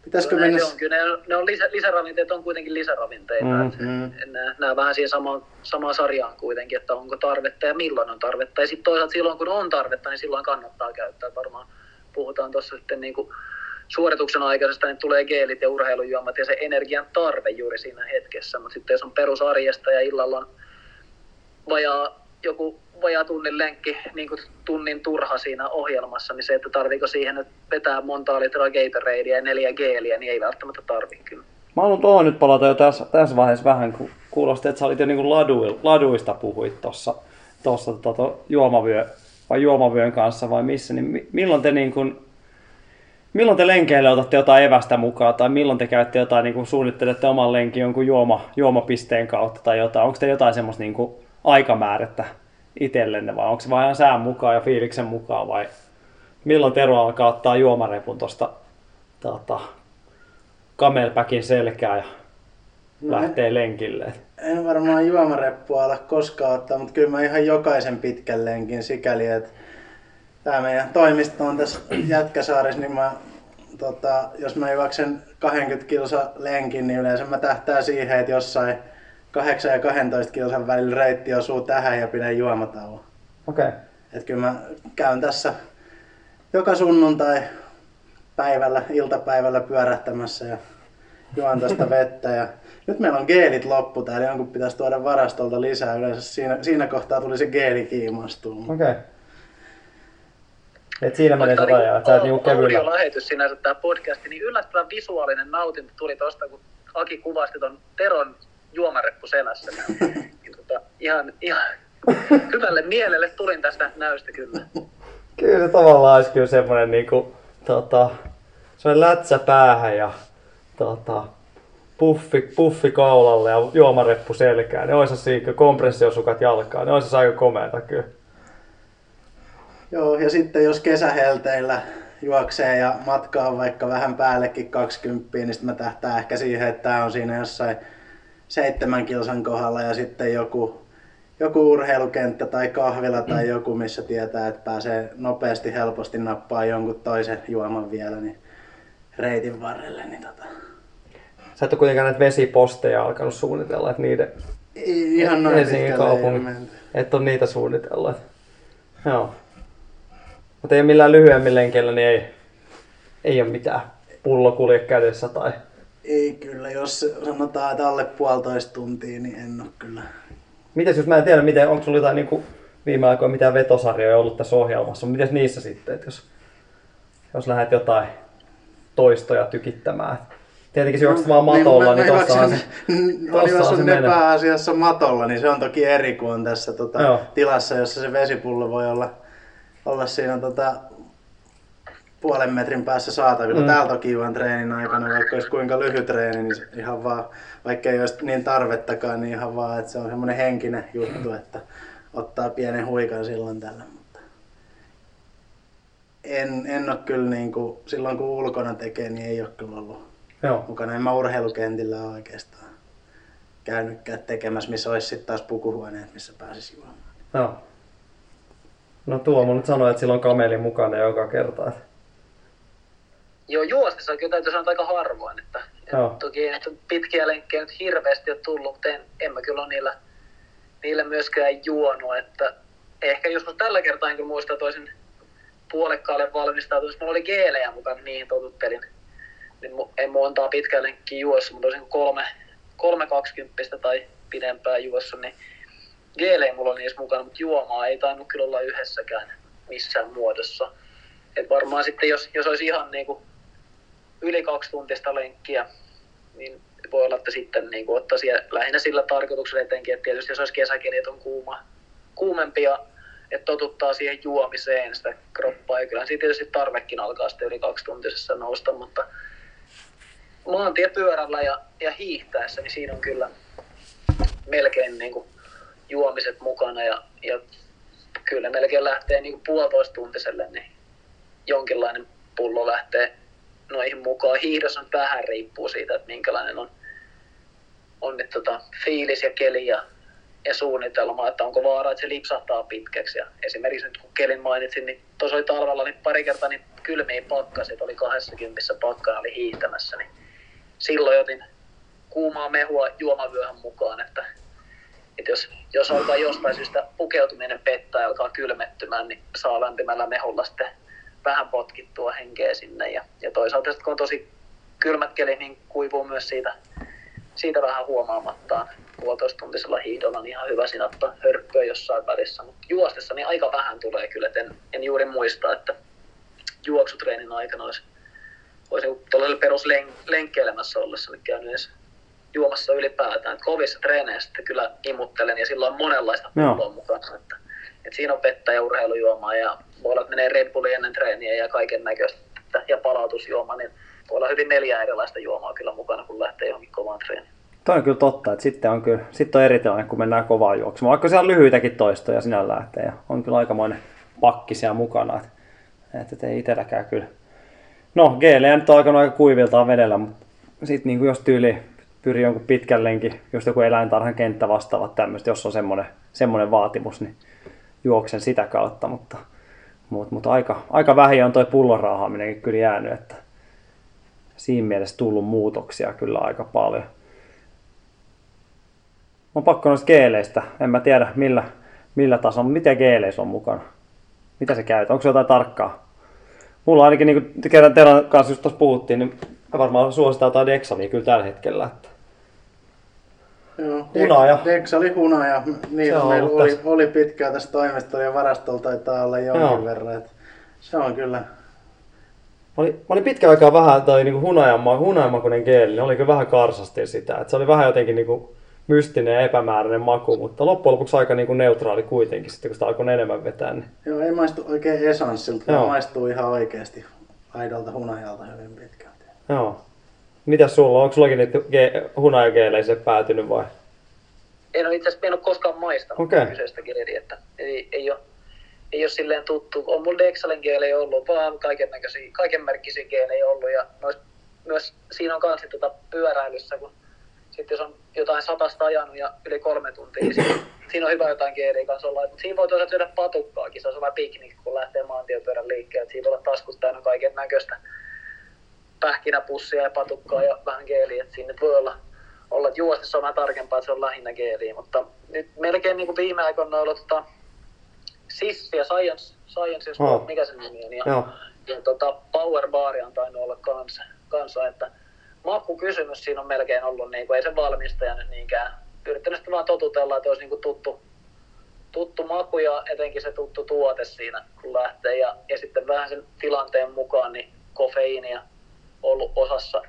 Speaker 4: Pitäisikö
Speaker 5: Näin
Speaker 4: mennä...
Speaker 5: se on. Kyllä ne, on- ne on lisä, lisäravinteet on kuitenkin lisäravinteita.
Speaker 3: Mm,
Speaker 5: Mm, mm. Nämä vähän siihen samaan, samaan sarjaan kuitenkin, että onko tarvetta ja milloin on tarvetta. Ja sitten toisaalta silloin kun on tarvetta, niin silloin kannattaa käyttää. Varmaan puhutaan tuossa sitten niin kuin suorituksen aikaisesta, niin tulee geelit ja urheilujuomat ja se energian tarve juuri siinä hetkessä. Mutta sitten jos on perusarjesta ja illalla on vajaa, joku vajaa tunnin lenkki, niin kuin tunnin turha siinä ohjelmassa, niin se, että tarviiko siihen nyt vetää monta litraa Gatoradea ja neljä geeliä, niin ei välttämättä tarvitse kyllä.
Speaker 3: Mä haluan tuohon nyt palata jo tässä, tässä vaiheessa vähän, kun kuulosti, että sä olit jo niin ladu, laduista puhuit tuossa tossa, tota, juomavyö, vai juomavyön kanssa vai missä, niin mi- milloin te niin kuin, milloin te lenkeille otatte jotain evästä mukaan tai milloin te käytte jotain, niin kuin suunnittelette oman lenkin jonkun juoma, juomapisteen kautta tai jotain, onko te jotain semmoista niin kuin aikamäärettä itsellenne vai onko se vaan ihan sään mukaan ja fiiliksen mukaan vai milloin Tero alkaa ottaa juomarepun tuosta tota, Camelbackin selkää ja
Speaker 4: No,
Speaker 3: lähtee lenkille?
Speaker 4: En varmaan juomareppua ala koskaan ottaa, mutta kyllä mä ihan jokaisen pitkän lenkin sikäli, että tää meidän toimisto on tässä Jätkäsaarissa, niin mä, tota, jos mä juoksen kaksikymmentä kilsa lenkin, niin yleensä mä tähtään siihen, että jossain kahdeksan ja kaksitoista kilsan välillä reitti osuu tähän ja pidän juomatauon.
Speaker 3: Okei. Okay.
Speaker 4: Et kyllä mä käyn tässä joka sunnuntai päivällä, iltapäivällä pyörähtämässä ja juon tästä vettä. Ja nyt meillä on geelit loppu täällä, jonkun pitäisi tuoda varastolta lisää. Yleensä siinä, siinä kohtaa tuli se geeli kiimastuun.
Speaker 3: Okei. Okay. Et siinä menee se
Speaker 5: Vaikka
Speaker 3: raja, että sä et niinku kevyllä.
Speaker 5: audio-lähetys sinänsä tää podcasti, niin yllättävän visuaalinen nautinto tuli tosta, kun Aki kuvasti ton Teron juomareppu selässä. Niin, tota, ihan, ihan hyvälle mielelle tulin tästä näystä kyllä.
Speaker 3: Kyllä se tavallaan olisi kyllä semmonen niinku, tota, semmonen lätsä päähän ja tota, puffi, puffi kaulalle ja juomareppu selkään. Ne olisi siinä kompressiosukat jalkaan. Ne olisi aika komeata kyllä.
Speaker 4: Joo, ja sitten jos kesähelteillä juoksee ja matkaa on vaikka vähän päällekin kaksikymmentä, niin sitten mä tähtään ehkä siihen, että tää on siinä jossain seitsemän kilsan kohdalla ja sitten joku, joku urheilukenttä tai kahvila tai joku, missä tietää, että pääsee nopeasti, helposti nappaa jonkun toisen juoman vielä niin reitin varrelle. Niin tota.
Speaker 3: Sä et ole kuitenkaan näitä vesiposteja alkanut suunnitella, että niiden
Speaker 4: Ei, ihan noin
Speaker 3: Helsingin
Speaker 4: pitkälle ei ole
Speaker 3: kaupungin,
Speaker 4: menty.
Speaker 3: et ole niitä suunnitellut. Joo. Mutta ei ole millään lyhyemmin lenkeillä, niin ei, ei ole mitään pullo kulje kädessä tai...
Speaker 4: Ei kyllä, jos sanotaan, että alle puolitoista tuntia, niin en ole kyllä.
Speaker 3: Mites jos mä en tiedä, miten, onko sulla jotain niin viime aikoina mitään vetosarjoja ollut tässä ohjelmassa, mutta mites niissä sitten, että jos, jos lähdet jotain toistoja tykittämään? Tietenkin se juokset vaan matolla, niin, niin tossahan se,
Speaker 4: Oli
Speaker 3: tossahan se
Speaker 4: sun
Speaker 3: menee.
Speaker 4: pääasiassa matolla, niin se on toki eri kuin on tässä tota,
Speaker 3: Joo.
Speaker 4: tilassa, jossa se vesipullo voi olla, olla siinä tota, puolen metrin päässä saatavilla.
Speaker 3: Mm.
Speaker 4: Mm. Täällä toki juon treenin aikana, vaikka olisi kuinka lyhyt treeni, niin se ihan vaan, vaikka ei olisi niin tarvettakaan, niin ihan vaan, että se on semmoinen henkinen juttu, että ottaa pienen huikan silloin tällä. Mutta en, en ole kyllä, niin kuin, silloin kun ulkona tekee, niin ei ole kyllä ollut
Speaker 3: Joo.
Speaker 4: mukana. En mä urheilukentillä ole oikeastaan käynytkään tekemässä, missä olisi sitten taas pukuhuoneet, missä pääsisi juomaan.
Speaker 3: Joo. No Tuomo nyt sanoi, että sillä on kameli mukana joka kerta. Että...
Speaker 5: Joo, juostessa kyllä täytyy sanoa, että aika harvoin. Että,
Speaker 3: Joo.
Speaker 5: että toki että pitkiä lenkkejä nyt hirveästi ole tullut, mutta en, en mä kyllä ole niillä, niillä myöskään juonut. Että ehkä joskus tällä kertaa en kyllä muista, että olisin puolekkaalle valmistautunut. Mulla oli geelejä mukana, niihin totuttelin. Niin en montaa pitkää lenkkiä juossa, mutta olisin kolme, kolme kaksikymppistä tai pidempään juossa, niin geelejä mulla oli niissä mukana, mutta juomaa ei tainnut kyllä olla yhdessäkään missään muodossa. Et varmaan sitten, jos, jos olisi ihan niinku yli kaksi tuntista lenkkiä, niin voi olla, että sitten niinku ottaisi lähinnä sillä tarkoituksella etenkin, että tietysti jos olisi kesäkeli, että on kuuma, kuumempia, että totuttaa siihen juomiseen sitä kroppaa, ja kyllähän siitä tietysti tarvekin alkaa sitten yli kaksituntisessa nousta, mutta maantiepyörällä ja, ja hiihtäessä, niin siinä on kyllä melkein niinku juomiset mukana, ja, ja kyllä melkein lähtee niinku puolitoista tuntiselle, niin jonkinlainen pullo lähtee noihin mukaan. Hiihdossa nyt vähän riippuu siitä, että minkälainen on, on nyt tota fiilis ja keli ja, ja suunnitelma, että onko vaara, että se lipsahtaa pitkäksi. Ja esimerkiksi nyt kun kelin mainitsin, niin tuossa oli talvella niin pari kertaa, niin kylmiä pakkaset, oli kaksikymmentä pakkana, oli hiihtämässä, niin silloin otin kuumaa mehua juomavyöhön mukaan, että, että jos, jos alkaa jostain syystä pukeutuminen pettää ja alkaa kylmettymään, niin saa lämpimällä mehulla sitten vähän potkittua henkeä sinne. Ja, ja toisaalta kun on tosi kylmät kelit, niin kuivuu myös siitä, siitä vähän huomaamattaan. Puolitoistuntisella hiihdolla niin ihan hyvä siinä ottaa hörppöä jossain välissä, mutta juostessa niin aika vähän tulee kyllä, et en, en juuri muista, että juoksutreenin aikana olisi, olisi tuollaisella peruslenkkeilemässä ollessa niin käynyt edes juomassa ylipäätään. Et kovissa treeneissä sitten kyllä imuttelen ja silloin on monenlaista pulloa mukana. Että, että siinä on vettä ja urheilujuomaa ja voi olla, että menee Red Bullia ennen treeniä ja kaiken näköistä ja palautusjuomaa, niin voi olla hyvin neljä erilaista juomaa kyllä mukana, kun lähtee johonkin kovaan treeniin.
Speaker 3: Toi on kyllä totta, että sitten on, kyllä, sitten on eri tilanne, kun mennään kovaa juoksemaan. Vaikka siellä on lyhyitäkin toistoja sinällä lähtee ja on kyllä aikamoinen pakki siellä mukana. Että, että ei itselläkään kyllä. No, geelejä nyt on alkanut aika kuiviltaan vedellä, mutta sitten niin jos tyyli pyrii jonkun pitkän lenkin, just joku eläintarhan kenttä vastaavat tämmöistä, jos on semmoinen, semmoinen vaatimus, niin juoksen sitä kautta. Mutta, mutta, mutta aika, aika vähin on toi pullon raahaaminenkin kyllä jäänyt, että siinä mielessä tullut muutoksia kyllä aika paljon. On pakko noista geeleistä. En mä tiedä millä, millä tasolla, mutta mitä geeleissä on mukana? Mitä se käytetään? Onko se jotain tarkkaa? Mulla ainakin, niin kuin kerran Teron kanssa just tuossa puhuttiin, niin varmaan suositaan jotain Dexalia kyllä tällä hetkellä. Että
Speaker 4: Joo,
Speaker 3: hunaja.
Speaker 4: Dexali hunaja. Niin, meillä oli, oli pitkään tässä toimistolla ja varastolla taitaa olla jonkin Joo. verran. Että se on kyllä. Mä
Speaker 3: olin, mä olin pitkän aikaa vähän toi niin hunajanmakuinen geeli, niin oli kyllä vähän karsasti sitä. Että se oli vähän jotenkin niin kuin mystinen ja epämääräinen maku, mutta loppujen lopuksi aika niin kuin neutraali kuitenkin, sitten kun sitä alkoi enemmän vetää. Niin...
Speaker 4: Joo, ei maistu oikein esanssilta, vaan maistuu ihan oikeasti aidolta hunajalta hyvin pitkälti.
Speaker 3: Joo. Mitäs sulla on? Onko sullakin niitä ge- hunajageeleisiä päätynyt vai?
Speaker 5: En ole itse asiassa en ole koskaan maistanut okay. kyseistä geeliä, että ei, ei, ole, ei ole silleen tuttu. On mulla Dexalin geelejä ollut, vaan kaikennäköisiä, kaikenmerkkisiä geelejä ollut ja nois, myös siinä on kans tota pyöräilyssä, kun sitten jos on jotain satasta ajanut ja yli kolme tuntia, niin siinä, siinä on hyvä jotain geeliä kanssa olla. Mutta siinä voi toisaalta syödä patukkaakin, se on sellainen piknik, kun lähtee maantiepyörän liikkeelle. Siinä voi olla taskut täynnä kaiken näköistä pähkinäpussia ja patukkaa ja vähän geeliä. Et siinä voi olla, olla että juostessa on vähän tarkempaa, että se on lähinnä geeliä. Mutta nyt melkein niin kuin viime aikoina on ollut tota, S I S ja Science, Science oh. mikä se nimi on. Ja, oh. ja tota, Power Baria on tainnut olla kanssa, kanssa että makukysymys siinä on melkein ollut, niin kuin, ei se valmistaja nyt niinkään yrittänyt sitä vaan totutella, että olisi niin kuin tuttu, tuttu maku ja etenkin se tuttu tuote siinä, kun lähtee. Ja, ja sitten vähän sen tilanteen mukaan niin kofeiinia ollut osassa,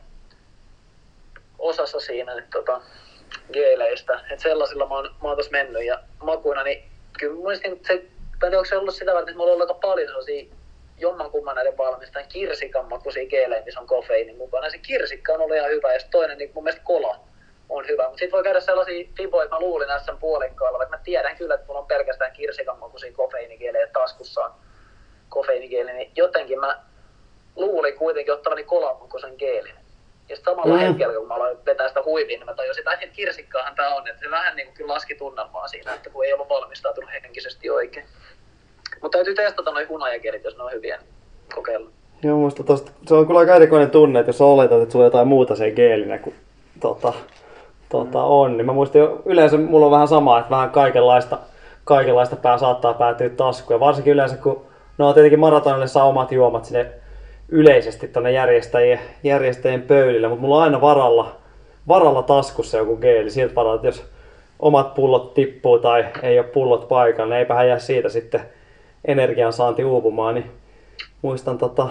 Speaker 5: osassa siinä niin, tota, geeleistä. Että sellaisilla mä oon, mä oon tossa mennyt ja makuina, niin kyllä muistin, se, tai onko se ollut sitä varten, että mulla on ollut aika paljon sellaisia jommankumman näiden valmistajan kirsikan makuisia geelejä, missä on kofeiini mukana. Se kirsikka on ollut ihan hyvä, ja toinen, niin mun mielestä kola on hyvä. Mutta sitten voi käydä sellaisia fiboja, että mä luulin tässä puolikkaalla, vaikka mä tiedän kyllä, että mulla on pelkästään kirsikan makuisia kofeiinigeelejä taskussa on kofeiinigeeli, niin jotenkin mä luulin kuitenkin ottavani kolan makuisen geelin. Ja sitten samalla mm. hetkellä, kun mä aloin vetää sitä huiviin, niin mä tajusin, että kirsikkaahan tää on. Että se vähän niin kuin kyllä laski tunnelmaa siinä, että kun ei ollut valmistautunut henkisesti oikein. Mutta täytyy testata noi hunajageelit, jos ne on hyviä, niin kokeilla.
Speaker 3: Joo, musta tosta, se on kyllä aika erikoinen tunne, että jos oletat, että sulla on jotain muuta sen geelinä kuin tota, tota mm. on. Niin mä muistin jo, yleensä mulla on vähän sama, että vähän kaikenlaista, kaikenlaista pää saattaa päätyä taskuun. Ja varsinkin yleensä, kun no tietenkin maratonille saa omat juomat sinne yleisesti tuonne järjestäjien, järjestäjien pöydille, mutta mulla on aina varalla, varalla taskussa joku geeli. Siltä varalla, että jos omat pullot tippuu tai ei ole pullot paikalla, niin eipähän jää siitä sitten energiansaanti uupumaan, niin muistan tota,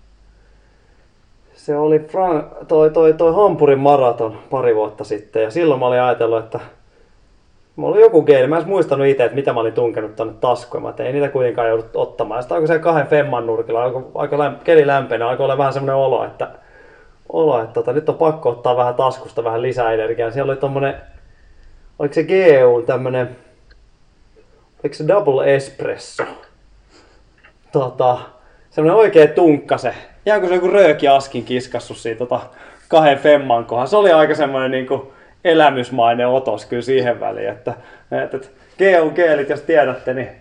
Speaker 3: se oli Fran- toi, toi, toi Hampurin maraton pari vuotta sitten ja silloin mä olin ajatellut, että mulla oli joku geeli, mä en muistanut itse, että mitä mä olin tunkenut tonne taskuun, mä ei niitä kuitenkaan joudut ottamaan. Ja sitten alkoi se kahden femman nurkilla, alkoi, aika lämp- keli lämpenä, alkoi olla vähän semmoinen olo, että, olo, että tota, nyt on pakko ottaa vähän taskusta vähän lisää energiaa. Siellä oli tommonen, oliko se G U tämmönen, oliko se Double Espresso? Tota, semmoinen oikea tunkka se. Ihan kuin se joku röökiaskin kiskassu siitä tota, kahden femman kohan. Se oli aika semmoinen niinku elämysmainen otos kyllä siihen väliin. Että, että, että G U-geelit, jos tiedätte, niin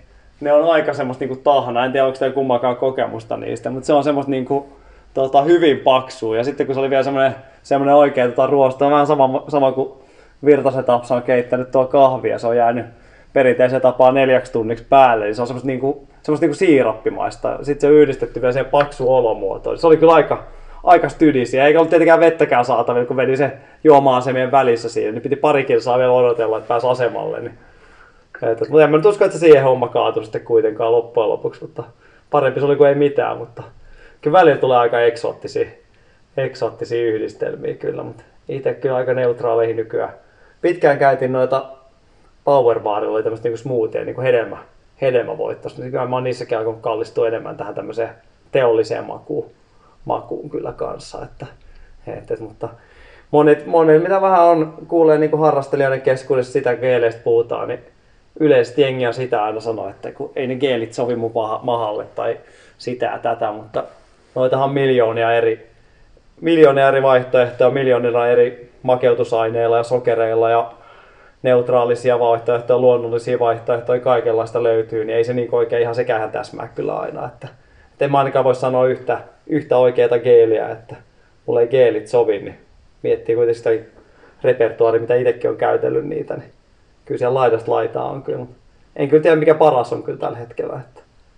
Speaker 3: ne on aika semmoista niinku tahnaa. En tiedä, onko teillä kummankaan kokemusta niistä, mutta se on semmoista niinku, tota, hyvin paksua. Ja sitten kun se oli vielä semmoinen, semmoinen oikea tota, ruosto, on vähän sama, sama kuin Virtasen Tapsa on keittänyt tuo kahvia. Se on jäänyt perinteiseen tapaan neljäksi tunniksi päälle, niin se on semmoista, niinku, semmoista niinku siirappimaista. Sitten se on yhdistetty vielä siihen paksuun olomuotoon. Se oli kyllä aika, aika stydisiä, eikä ollut tietenkään vettäkään saatavilla, kun vedi se juoma-asemien välissä siinä. Niin piti pari kilsaa vielä odotella, että pääsi asemalle. Niin. Et, et, mutta en mä nyt usko, että se siihen homma kaatui sitten kuitenkaan loppujen lopuksi, mutta parempi se oli kuin ei mitään. Mutta kyllä välillä tulee aika eksoottisia, eksoottisia yhdistelmiä kyllä, mutta itse kyllä aika neutraaleihin nykyään. Pitkään käytin noita Powerbarilla, oli tämmöistä niinku smoothia, niinku hedelmä, hedelmävoittoista. Kyllä mä oon niissäkin alkanut kallistua enemmän tähän tämmöiseen teolliseen makuun, makuun kyllä kanssa. Että, et, et, mutta monet, monet, mitä vähän on, kuulee niinku harrastelijoiden keskuudessa sitä geeleistä puhutaan, niin yleisesti jengi on sitä aina sanoo, että kun ei ne geelit sovi mun mahalle tai sitä ja tätä, mutta noitahan on miljoonia eri, miljoonia eri vaihtoehtoja, miljoonilla eri makeutusaineilla ja sokereilla ja neutraalisia vaihtoehtoja, luonnollisia vaihtoehtoja, kaikenlaista löytyy, niin ei se niin oikein ihan sekään täsmää kyllä aina. Että, et en mä ainakaan voi sanoa yhtä, yhtä oikeaa geeliä, että mulla ei geelit sovi, niin miettii kuitenkin sitä repertuaaria, mitä itsekin on käytellyt niitä, niin kyllä siellä laidasta laitaa on kyllä. En kyllä tiedä, mikä paras on kyllä tällä hetkellä. Että.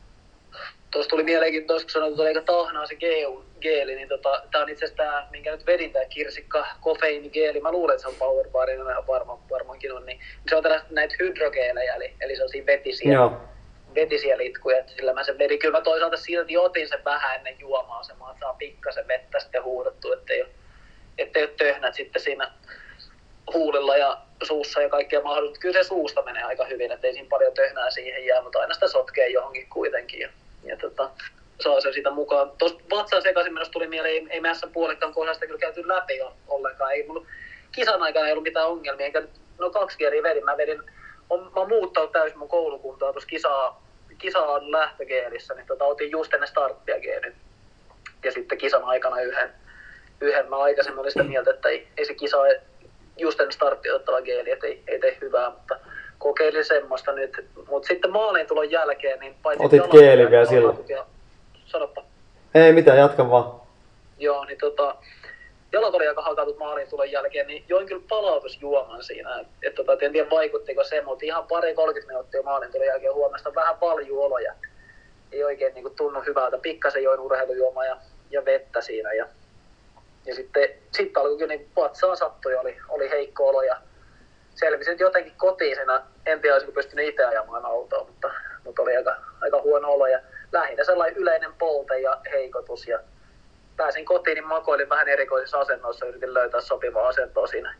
Speaker 5: Tuossa tuli mielenkiintoista, kun sanoit, että oli aika tahnaa se geeli, niin tota, tää on itse asiassa tää, minkä nyt vedin, tää kirsikka kofeiinigeeli. Mä luulen, että se on Powerbarin, ihan varma, varmaankin on. Niin se on tällaista näitä hydrogeelejä, eli, eli sellaisia vetisiä,
Speaker 3: Joo.
Speaker 5: vetisiä litkuja. Että sillä mä sen vedin. Kyllä mä toisaalta silti otin sen vähän ennen juomaa-asemaa, että saa pikkasen vettä sitten huudottua, ettei ole, ettei ole töhnät sitten siinä huulilla ja suussa ja kaikkea mahdollista. Kyllä se suusta menee aika hyvin, ettei siinä paljon töhnää siihen jää, mutta aina sitä sotkee johonkin kuitenkin. Ja, ja tota, saa sen sitä mukaan. Tuossa vatsan sekaisin menossa tuli mieleen, ei, ei mässä puolikkaan kohdalla sitä kyllä käyty läpi ollenkaan. Ei mulla kisan aikana ei ollut mitään ongelmia, enkä no kaksi kieliä vedin. Mä vedin, on, mä oon muuttanut täysin mun koulukuntaa tuossa kisaa, kisaan lähtögeelissä, niin tota, otin just ennen starttia geelin. Ja sitten kisan aikana yhden. yhden. Mä aikaisemmin olin sitä mieltä, että ei, ei se kisa just ennen starttia ottava geeli, että ei, ei tee hyvää, mutta kokeilin semmoista nyt. Mutta sitten maaliin tulon jälkeen, niin paitsi
Speaker 3: otit geelin vielä silloin?
Speaker 5: Ja, sanoppa.
Speaker 3: Ei mitään, jatka vaan.
Speaker 5: Joo, niin tota, jalat oli aika hakatut maaliin tulon jälkeen, niin join kyllä palautusjuoman siinä. Et, et, tota, en tiedä vaikuttiko se, mutta ihan pari kolmekymmentä minuuttia maaliin tulon jälkeen huomasta vähän valjuoloja. Ei oikein niin kuin, tunnu hyvältä. Pikkasen join urheilujuomaa ja, ja vettä siinä. Ja, ja sitten sit alkoi kyllä niin vatsaan sattui, oli, oli heikko olo ja selvisin jotenkin kotiin siinä. En tiedä, olisiko pystynyt itse ajamaan autoa, mutta, mutta oli aika, aika huono olo. Ja lähinnä sellainen yleinen polte ja heikotus. Ja pääsin kotiin, niin makoilin vähän erikoisissa asennoissa. Yritin löytää sopivaa asentoa siinä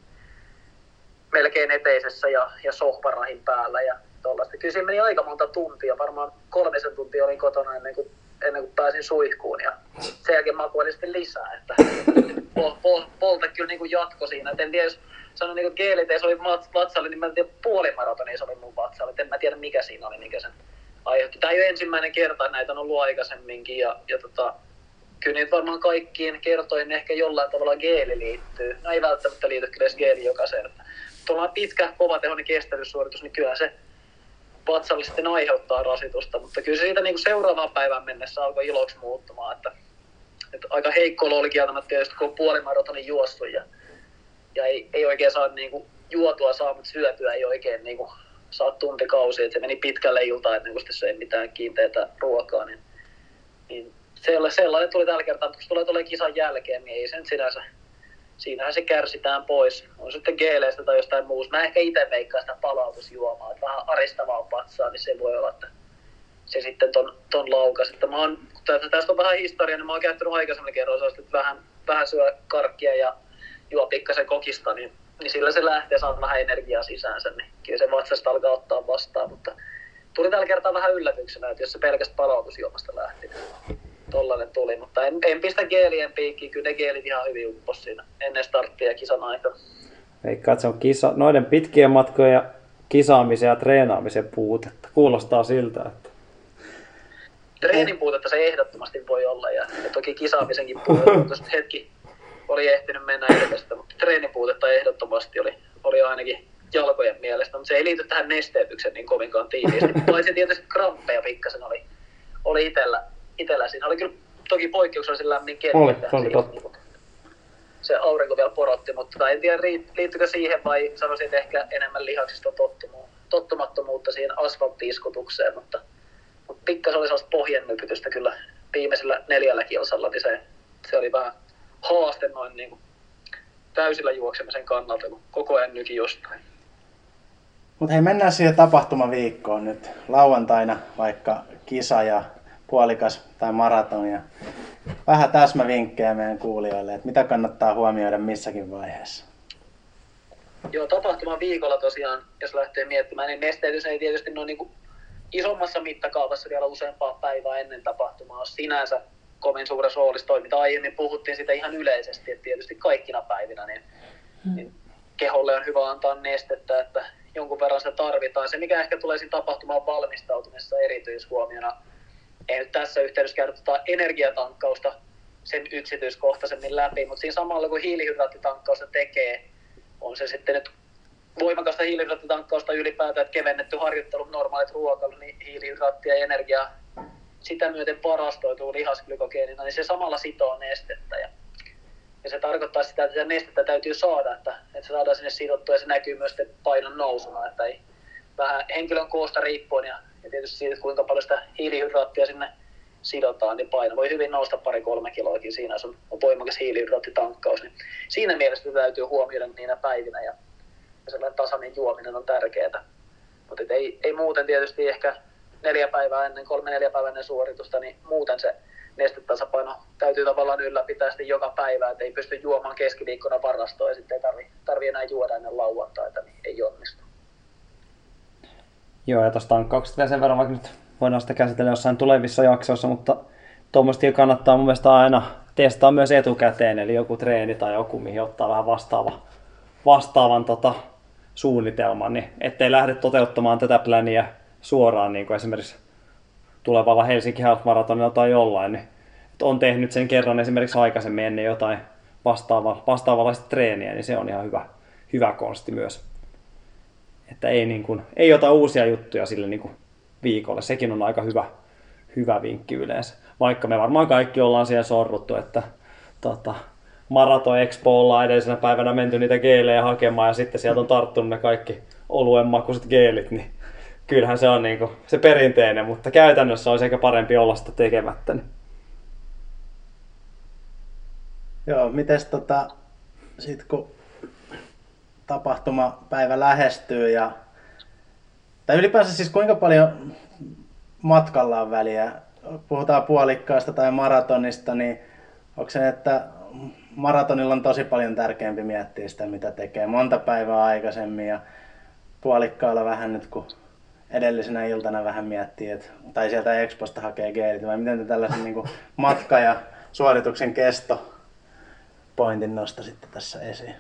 Speaker 5: melkein eteisessä ja, ja sohvarahin päällä. Ja tollaista. Kyllä siinä meni aika monta tuntia. Varmaan kolmisen tuntia olin kotona ennen kuin, ennen kuin pääsin suihkuun. Ja sen jälkeen makoilin sitten lisää. Että pol, pol, polte kyllä niin kuin jatko siinä. Et en tiedä, jos sanoin niin kuin geelit, ei se oli vatsalle, niin mä en tiedä puolimaratoni se oli mun vatsalle. En mä tiedä mikä siinä oli, mikä sen aiheutti. Tämä ei ole ensimmäinen kerta, näitä on ollut aikaisemminkin. Ja, ja tota, kyllä niitä varmaan kaikkiin kertoihin ehkä jollain tavalla geeli liittyy. No ei välttämättä liity kyllä edes geeli jokaiseen. Tuolla pitkä, kovatehoinen kestävyyssuoritus, niin kyllä se vatsalle sitten aiheuttaa rasitusta. Mutta kyllä se siitä niin kuin seuraavaan päivään mennessä alkoi iloksi muuttumaan. Että, että aika heikko olo oli kieltämättä tietysti, kun on puolimaratonin juossut. Ja, ja ei, ei oikein saa niin kuin, juotua saa, mutta syötyä ei oikein niin kuin, saa tuntikausia. Että se meni pitkälle iltaan, ennen kuin sitten söi mitään kiinteätä ruokaa. Niin, niin sellainen tuli tällä kertaa, mutta kun tulee tulee kisan jälkeen, niin ei se nyt sinänsä, siinähän se kärsitään pois. On sitten geeleistä tai jostain muusta. Mä ehkä itse veikkaan sitä palautusjuomaa, että vähän aristavaa patsaa, niin se voi olla, että se sitten ton, ton laukas. Että mä oon, kun tästä on vähän historiaa, niin mä oon käyttänyt aikaisemmin kerran, että vähän, vähän syö karkkia ja juo pikkasen kokista, niin, niin sillä se lähtee saada vähän energiaa sisäänsä, niin kyllä se vatsasta alkaa ottaa vastaan, mutta tuli tällä kertaa vähän yllätyksenä, että jos se pelkästä palautusjuomasta lähti, niin tollainen tuli, mutta en, en pistä geelien piikkiin, kyllä ne geelit ihan hyvin uppos siinä ennen starttia ja kisan aikana.
Speaker 3: Veikkaan, että se on kisa, noiden pitkien matkojen ja kisaamisen ja treenaamisen puutetta. Kuulostaa siltä, että
Speaker 5: treenin puutetta se ehdottomasti voi olla ja, ja toki kisaamisenkin puutetta, tuossa hetki oli ehtinyt mennä edestä, mutta treenin puutetta ehdottomasti oli, oli ainakin jalkojen mielestä. mutta se ei liity tähän nesteytykseen niin kovinkaan tiiviisti. Paitsi tietysti kramppeja pikkasen oli, oli itellä, itellä siinä. Oli kyllä toki poikkeuksellisen lämmin keli.
Speaker 3: Oli, se oli totta.
Speaker 5: Niin se aurinko vielä porotti, mutta en tiedä liittyykö siihen vai sanoisin, että ehkä enemmän lihaksista tottumattomuutta siihen asfalttiiskutukseen, mutta, mutta pikkasen oli sellaista pohjennypytystä kyllä viimeisellä neljällä kilsalla, niin se, se oli vähän haaste noin niin kuin täysillä juoksemisen kannalta, kun koko ajan nyki jostain.
Speaker 4: Mutta hei, mennään siihen tapahtumaviikkoon nyt. Lauantaina vaikka kisa ja puolikas tai maraton ja vähän täsmävinkkejä meidän kuulijoille, että mitä kannattaa huomioida missäkin vaiheessa.
Speaker 5: Joo, tapahtuman viikolla tosiaan, jos lähtee miettimään, niin nesteytys ei tietysti noin niin kuin isommassa mittakaavassa vielä useampaa päivää ennen tapahtumaa ole sinänsä kovin suuressa roolissa toiminta. Aiemmin puhuttiin sitä ihan yleisesti, että tietysti kaikkina päivinä niin, hmm. niin keholle on hyvä antaa nestettä, että jonkun verran sitä tarvitaan. Se, mikä ehkä tulee siinä tapahtumaan valmistautumisessa erityishuomiona, ei nyt tässä yhteydessä käydä tuota energiatankkausta sen yksityiskohtaisemmin läpi, mutta siinä samalla kun hiilihydraattitankkausta tekee, on se sitten nyt voimakasta hiilihydraattitankkausta ylipäätään, että kevennetty harjoittelu, normaalit ruokailu, niin hiilihydraattia ja energiaa sitä myöten parastoituu lihasglykogeenina, niin se samalla sitoo nestettä. Ja, ja se tarkoittaa sitä, että sitä nestettä täytyy saada, että, että se saadaan sinne sidottua ja se näkyy myös painon nousuna, että ei vähän henkilön koosta riippuen ja, ja tietysti siitä, kuinka paljon sitä hiilihydraattia sinne sidotaan, niin paino voi hyvin nousta pari-kolme kiloakin siinä, jos on, on voimakas hiilihydraattitankkaus. Niin siinä mielessä täytyy huomioida niinä päivinä ja, ja sellainen tasainen juominen on tärkeää. Mutta ei, ei muuten tietysti ehkä neljä päivää ennen, kolme neljä päivää ennen suoritusta, niin muuten se nestetasapaino täytyy tavallaan ylläpitää sitten joka päivä, että ei pysty juomaan keskiviikkona varastoon ja sitten ei tarvi, tarvi enää juoda ennen lauantaita, niin ei onnistu.
Speaker 3: Joo, ja tuosta tankkauksesta vielä sen verran, vaikka nyt voidaan sitä käsitellä jossain tulevissa jaksoissa, mutta tuommoista kannattaa mun mielestä aina testaa myös etukäteen, eli joku treeni tai joku, mihin ottaa vähän vastaava, vastaavan tota, suunnitelman, niin ettei lähde toteuttamaan tätä pläniä suoraan, niin kuin esimerkiksi tulevalla Helsinki Half Marathonilla tai jollain, niin on tehnyt sen kerran esimerkiksi aikaisemmin ennen jotain vastaava, vastaavanlaista treeniä, niin se on ihan hyvä, hyvä konsti myös. Että ei, niin kuin, ei ota uusia juttuja sille niin kuin viikolle. Sekin on aika hyvä, hyvä vinkki yleensä. Vaikka me varmaan kaikki ollaan siihen sorruttu, että tota, Marathon Expo ollaan edellisenä päivänä menty niitä geelejä hakemaan ja sitten sieltä on tarttunut ne kaikki oluen makuiset geelit, niin kyllähän se on niin kuin se perinteinen, mutta käytännössä olisi ehkä parempi olla sitä tekemättä. Niin.
Speaker 4: Joo, mites tota, sit kun tapahtumapäivä lähestyy ja tai ylipäänsä siis kuinka paljon matkalla on väliä, puhutaan puolikkaasta tai maratonista, niin onko se, että maratonilla on tosi paljon tärkeämpi miettiä sitä, mitä tekee monta päivää aikaisemmin ja puolikkaalla vähän nyt kun edellisenä iltana vähän miettii, että, tai sieltä Exposta hakee geelit, vai miten te tällaisen niin kuin matka- ja suorituksen kesto pointin nostasitte tässä esiin?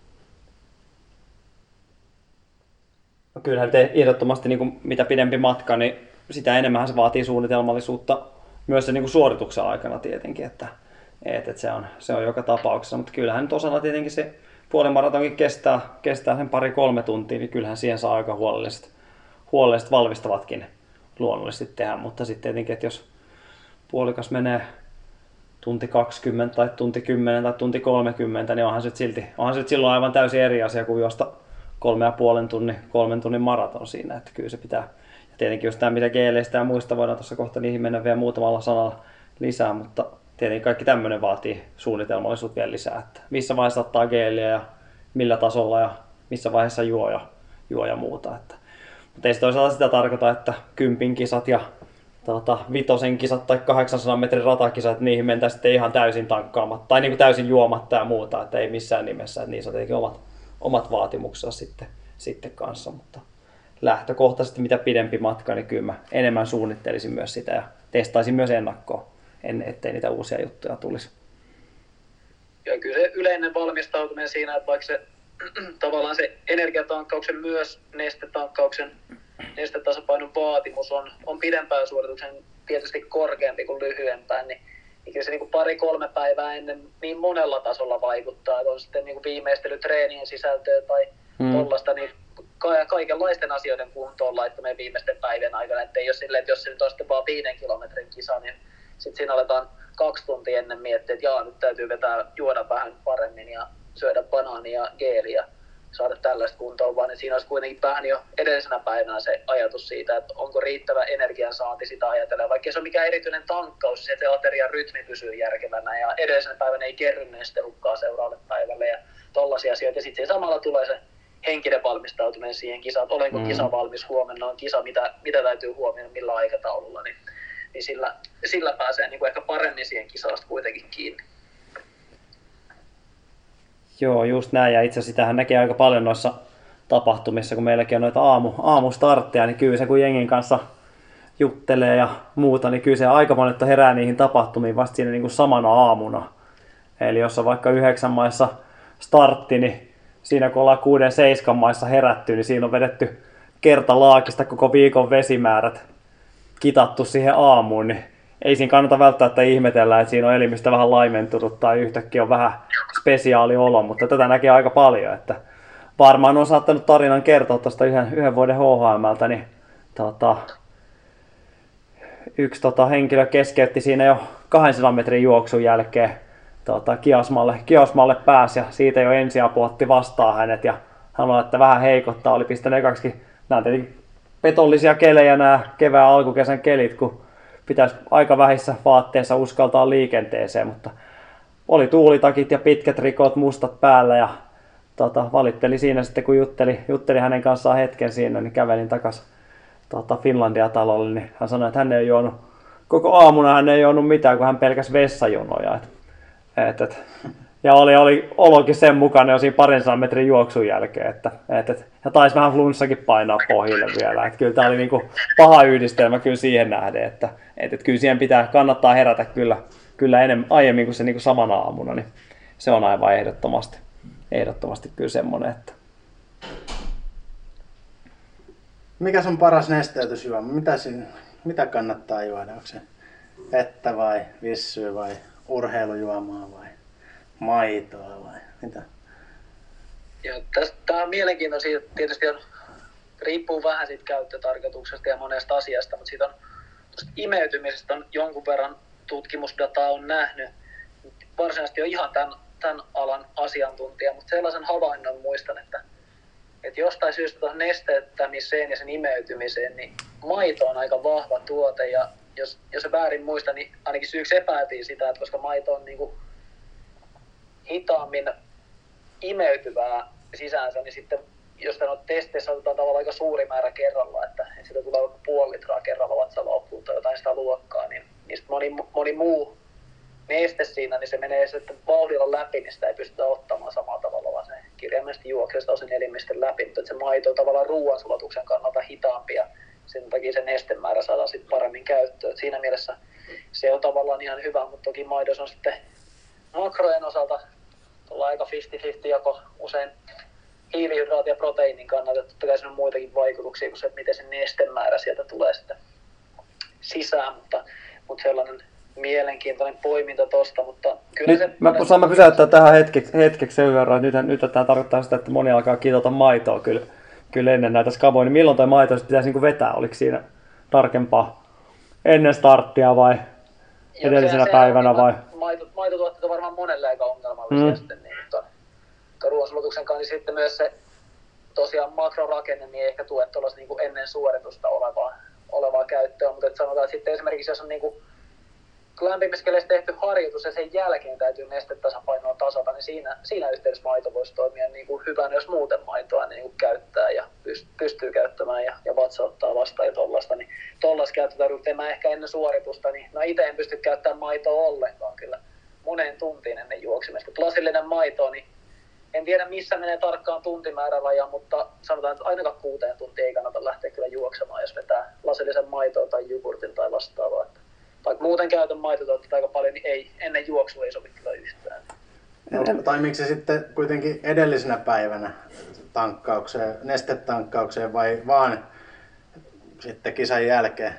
Speaker 3: No kyllähän te ehdottomasti niin kuin, mitä pidempi matka, niin sitä enemmän se vaatii suunnitelmallisuutta myös se niin kuin suorituksen aikana tietenkin, että, että, että se, on, se on joka tapauksessa, mutta kyllähän nyt osana tietenkin se puolimaratonkin kestää, kestää sen pari-kolme tuntia, niin kyllähän siihen saa aika huolellisesti, huolellisesti valmistavatkin luonnollisesti tehdä, mutta sitten tietenkin, että jos puolikas menee tunti kaksikymmentä tai tunti kymmenen tai tunti kolmekymmentä, niin onhan se silti, onhan se silloin aivan täysin eri asia kuin juosta kolme ja puolen tunnin, kolmen tunnin maraton siinä, että kyllä se pitää. Ja tietenkin jos tämä mitä geeleistä ja muista voidaan tuossa kohta niihin mennä vielä muutamalla sanalla lisää, mutta tietenkin kaikki tämmöinen vaatii suunnitelmallisuutta vielä lisää, että missä vaiheessa ottaa geeliä ja millä tasolla ja missä vaiheessa juo ja, juo ja muuta. Että. Mutta ei se toisaalta sitä tarkoita, että kympin kisat ja tota, vitosen kisat tai kahdeksansadan metrin ratakisat, että niihin mentäisiin sitten ihan täysin tankkaamatta tai niin kuin täysin juomatta ja muuta, että ei missään nimessä, että niissä on tietenkin omat, omat vaatimuksensa sitten, sitten kanssa, mutta lähtökohtaisesti mitä pidempi matka, niin kyllä mä enemmän suunnittelisin myös sitä ja testaisin myös ennakkoon, ettei niitä uusia juttuja tulisi.
Speaker 5: Ja kyllä se yleinen valmistautuminen siinä, että vaikka se tavallaan se energiatankkauksen myös nestetankkauksen nestetasapainon vaatimus on, on pidempään suorituksen tietysti korkeampi kuin lyhyempään, niin, niin kyllä se niin kuin pari-kolme päivää ennen niin monella tasolla vaikuttaa, että on sitten niin kuin viimeistely treenien sisältöä tai hmm. tollaista, niin ka- kaikenlaisten asioiden kuntoon laittaminen viimeisten päivien aikana. Että ei ole silleen, että jos se nyt on sitten vaan viiden kilometrin kisa, niin sitten siinä aletaan kaksi tuntia ennen miettiä, että jaa, nyt täytyy vetää, juoda vähän paremmin ja syödä banaania ja geeliä, saada tällaista kuntoon, vaan siinä olisi kuitenkin vähän jo edellisenä päivänä se ajatus siitä, että onko riittävä energiansaanti sitä ajatella, vaikka se on mikään erityinen tankkaus, että se aterian rytmi pysyy järkevänä ja edellisenä päivänä ei kerry nestehukkaa seuraavalle päivälle ja tollaisia asioita. Ja sitten samalla tulee se henkinen valmistautuminen siihen kisaan, että olenko mm. kisa valmis huomenna, on kisa, mitä, mitä täytyy huomioida, millä aikataululla, niin, niin sillä, sillä pääsee niin kuin ehkä paremmin siihen kisaan kuitenkin kiinni.
Speaker 3: Joo, just näin. Ja itse asiassa sitähän näkee aika paljon noissa tapahtumissa, kun meilläkin on noita aamu, aamustartteja, niin kyllä se kun jengin kanssa juttelee ja muuta, niin kyllä se aika monet herää niihin tapahtumiin vasta siinä niin kuin samana aamuna. Eli jos on vaikka yhdeksän maissa startti, niin siinä kun ollaan kuuden seiskan maissa herätty, niin siinä on vedetty kertalaakista koko viikon vesimäärät kitattu siihen aamuun, niin ei siinä kannata välttämättä ihmetellä, että siinä on elimistö vähän laimentunut tai yhtäkkiä on vähän spesiaali olo, mutta tätä näkee aika paljon, että varmaan on saattanut tarinan kertoa tuosta yhden, yhden vuoden H H M:ltä, niin tota, yksi tota, henkilö keskeytti siinä jo kahdensadan metrin juoksun jälkeen tota, kiosmalle, kiosmalle pääsi ja siitä jo ensiapu otti vastaan hänet ja sanoi, että vähän heikottaa, oli pistänyt ekaksikin, nämä on tietenkin petollisia kelejä nämä kevään alkukesän kelit, kun pitäisi aika vähissä vaatteissa uskaltaa liikenteeseen, mutta oli tuulitakit ja pitkät rikot mustat päällä ja tota, valitteli siinä sitten, kun jutteli, jutteli hänen kanssaan hetken siinä, niin kävelin takaisin tota, Finlandia-talolle, niin hän sanoi, että hän ei juonut, koko aamuna hän ei juonut mitään, kun hän pelkäsi vessajonoja. Et, et, et, ja oli, oli olokin sen mukaan jo siinä parin sadan metrin juoksun jälkeen, että, et, et, ja taisi vähän flunssakin painaa pohjille vielä. Et kyllä tämä oli niinku paha yhdistelmä kyllä siihen nähden, että et, et kyllä siihen pitää, kannattaa herätä kyllä, kyllä enemmän, aiemmin kuin se niinku samana aamuna, niin se on aivan ehdottomasti, ehdottomasti kyllä semmoinen, että
Speaker 4: mikä on paras nesteytysjuoma? Mitä, siinä, mitä kannattaa juoda? Onko se vettä vai vissyä vai urheilujuomaa vai maitoa vai mitä?
Speaker 5: Tämä on mielenkiintoista. Tietysti on, riippuu vähän siitä käyttötarkoituksesta ja monesta asiasta, mutta siitä on, imeytymisestä on jonkun verran tutkimusdataa on nähnyt. Varsinaisesti on ihan tämän, tämän alan asiantuntija, mutta sellaisen havainnon muistan, että että jostain syystä tuohon nesteyttämiseen ja sen imeytymiseen, niin maito on aika vahva tuote, ja jos, jos se väärin muista, niin ainakin syyksi epäiltiin sitä, että koska maito on niin kuin hitaammin imeytyvää sisäänsä, niin sitten jos tämän testeissä otetaan tavallaan aika suuri määrä kerralla, että, että sitä tulee vaikka puoli litraa kerralla vatsaloppuun tai jotain sitä luokkaa, niin, niin moni, moni muu neste siinä, niin se menee sitten vauhdilla läpi, niin sitä ei pystytä ottamaan samalla tavalla, vaan se kirjaimellisesti juoksee sitä osin elimistön läpi, mutta se maito on tavallaan ruoansulatuksen kannalta hitaampi ja sen takia se nestemäärä saadaan sitten paremmin käyttöön. Et siinä mielessä se on tavallaan ihan hyvä, mutta toki maidossa on sitten makrojen osalta aika viisikymmentä viisikymmentä jako usein hiilihydraatin ja proteiinin kannalta, että totta kai siinä on muitakin vaikutuksia kuin se, että miten se nestemäärä sieltä tulee sitten sisään, mutta, mutta sellainen mielenkiintoinen poiminta tosta, mutta kyllä
Speaker 3: nyt,
Speaker 5: se...
Speaker 3: Mä saan mä pysäyttää tähän hetkeksi, hetkeksi sen verran, että nyt, nyt tämä tarkoittaa sitä, että moni alkaa kiitota maitoa kyllä, kyllä ennen näitä skaboja, niin milloin toi maito pitäisi niin vetää, oliko siinä tarkempaa ennen starttia vai Joo, edellisenä se, päivänä se, vai?
Speaker 5: Maito, maitotuotteet on varmaan monelle aika ongelmallisia mm. sitten, niin tuon ruoansulatuksen kanssa, niin sitten myös se tosiaan makrorakenne niin ei ehkä tue tuollaista niin kuin ennen suoritusta olevaa, olevaa käyttöä, mutta että sanotaan, että sitten esimerkiksi jos on niin kuin lämpimiskeleistä tehty harjoitus ja sen jälkeen täytyy nestetasapainoa tasata, niin siinä, siinä yhteydessä maito voisi toimia niin kuin hyvänä, jos muuten maitoa niin kuin käyttää ja pystyy käyttämään ja, ja vatsa ottaa vastaan ja tollaista. Niin tollaista käytetään, en mä ehkä ennen suoritusta, niin no itse en pysty käyttämään maitoa ollenkaan kyllä moneen tuntiin ennen juoksimista. Lasillinen maito, niin en tiedä missä menee tarkkaan tuntimääräraja, mutta sanotaan, että ainakaan kuuteen tuntiin ei kannata lähteä kyllä juoksemaan, jos vetää lasillisen maitoa tai jogurtin tai vastaavaa. Vaikka muuten käytän maitotuotteita aika paljon, niin ei, ennen juoksua ei sovi kyllä yhtään.
Speaker 4: No, toimiiko se sitten kuitenkin edellisenä päivänä tankkaukseen, nestetankkaukseen vai vaan sitten kisan jälkeen?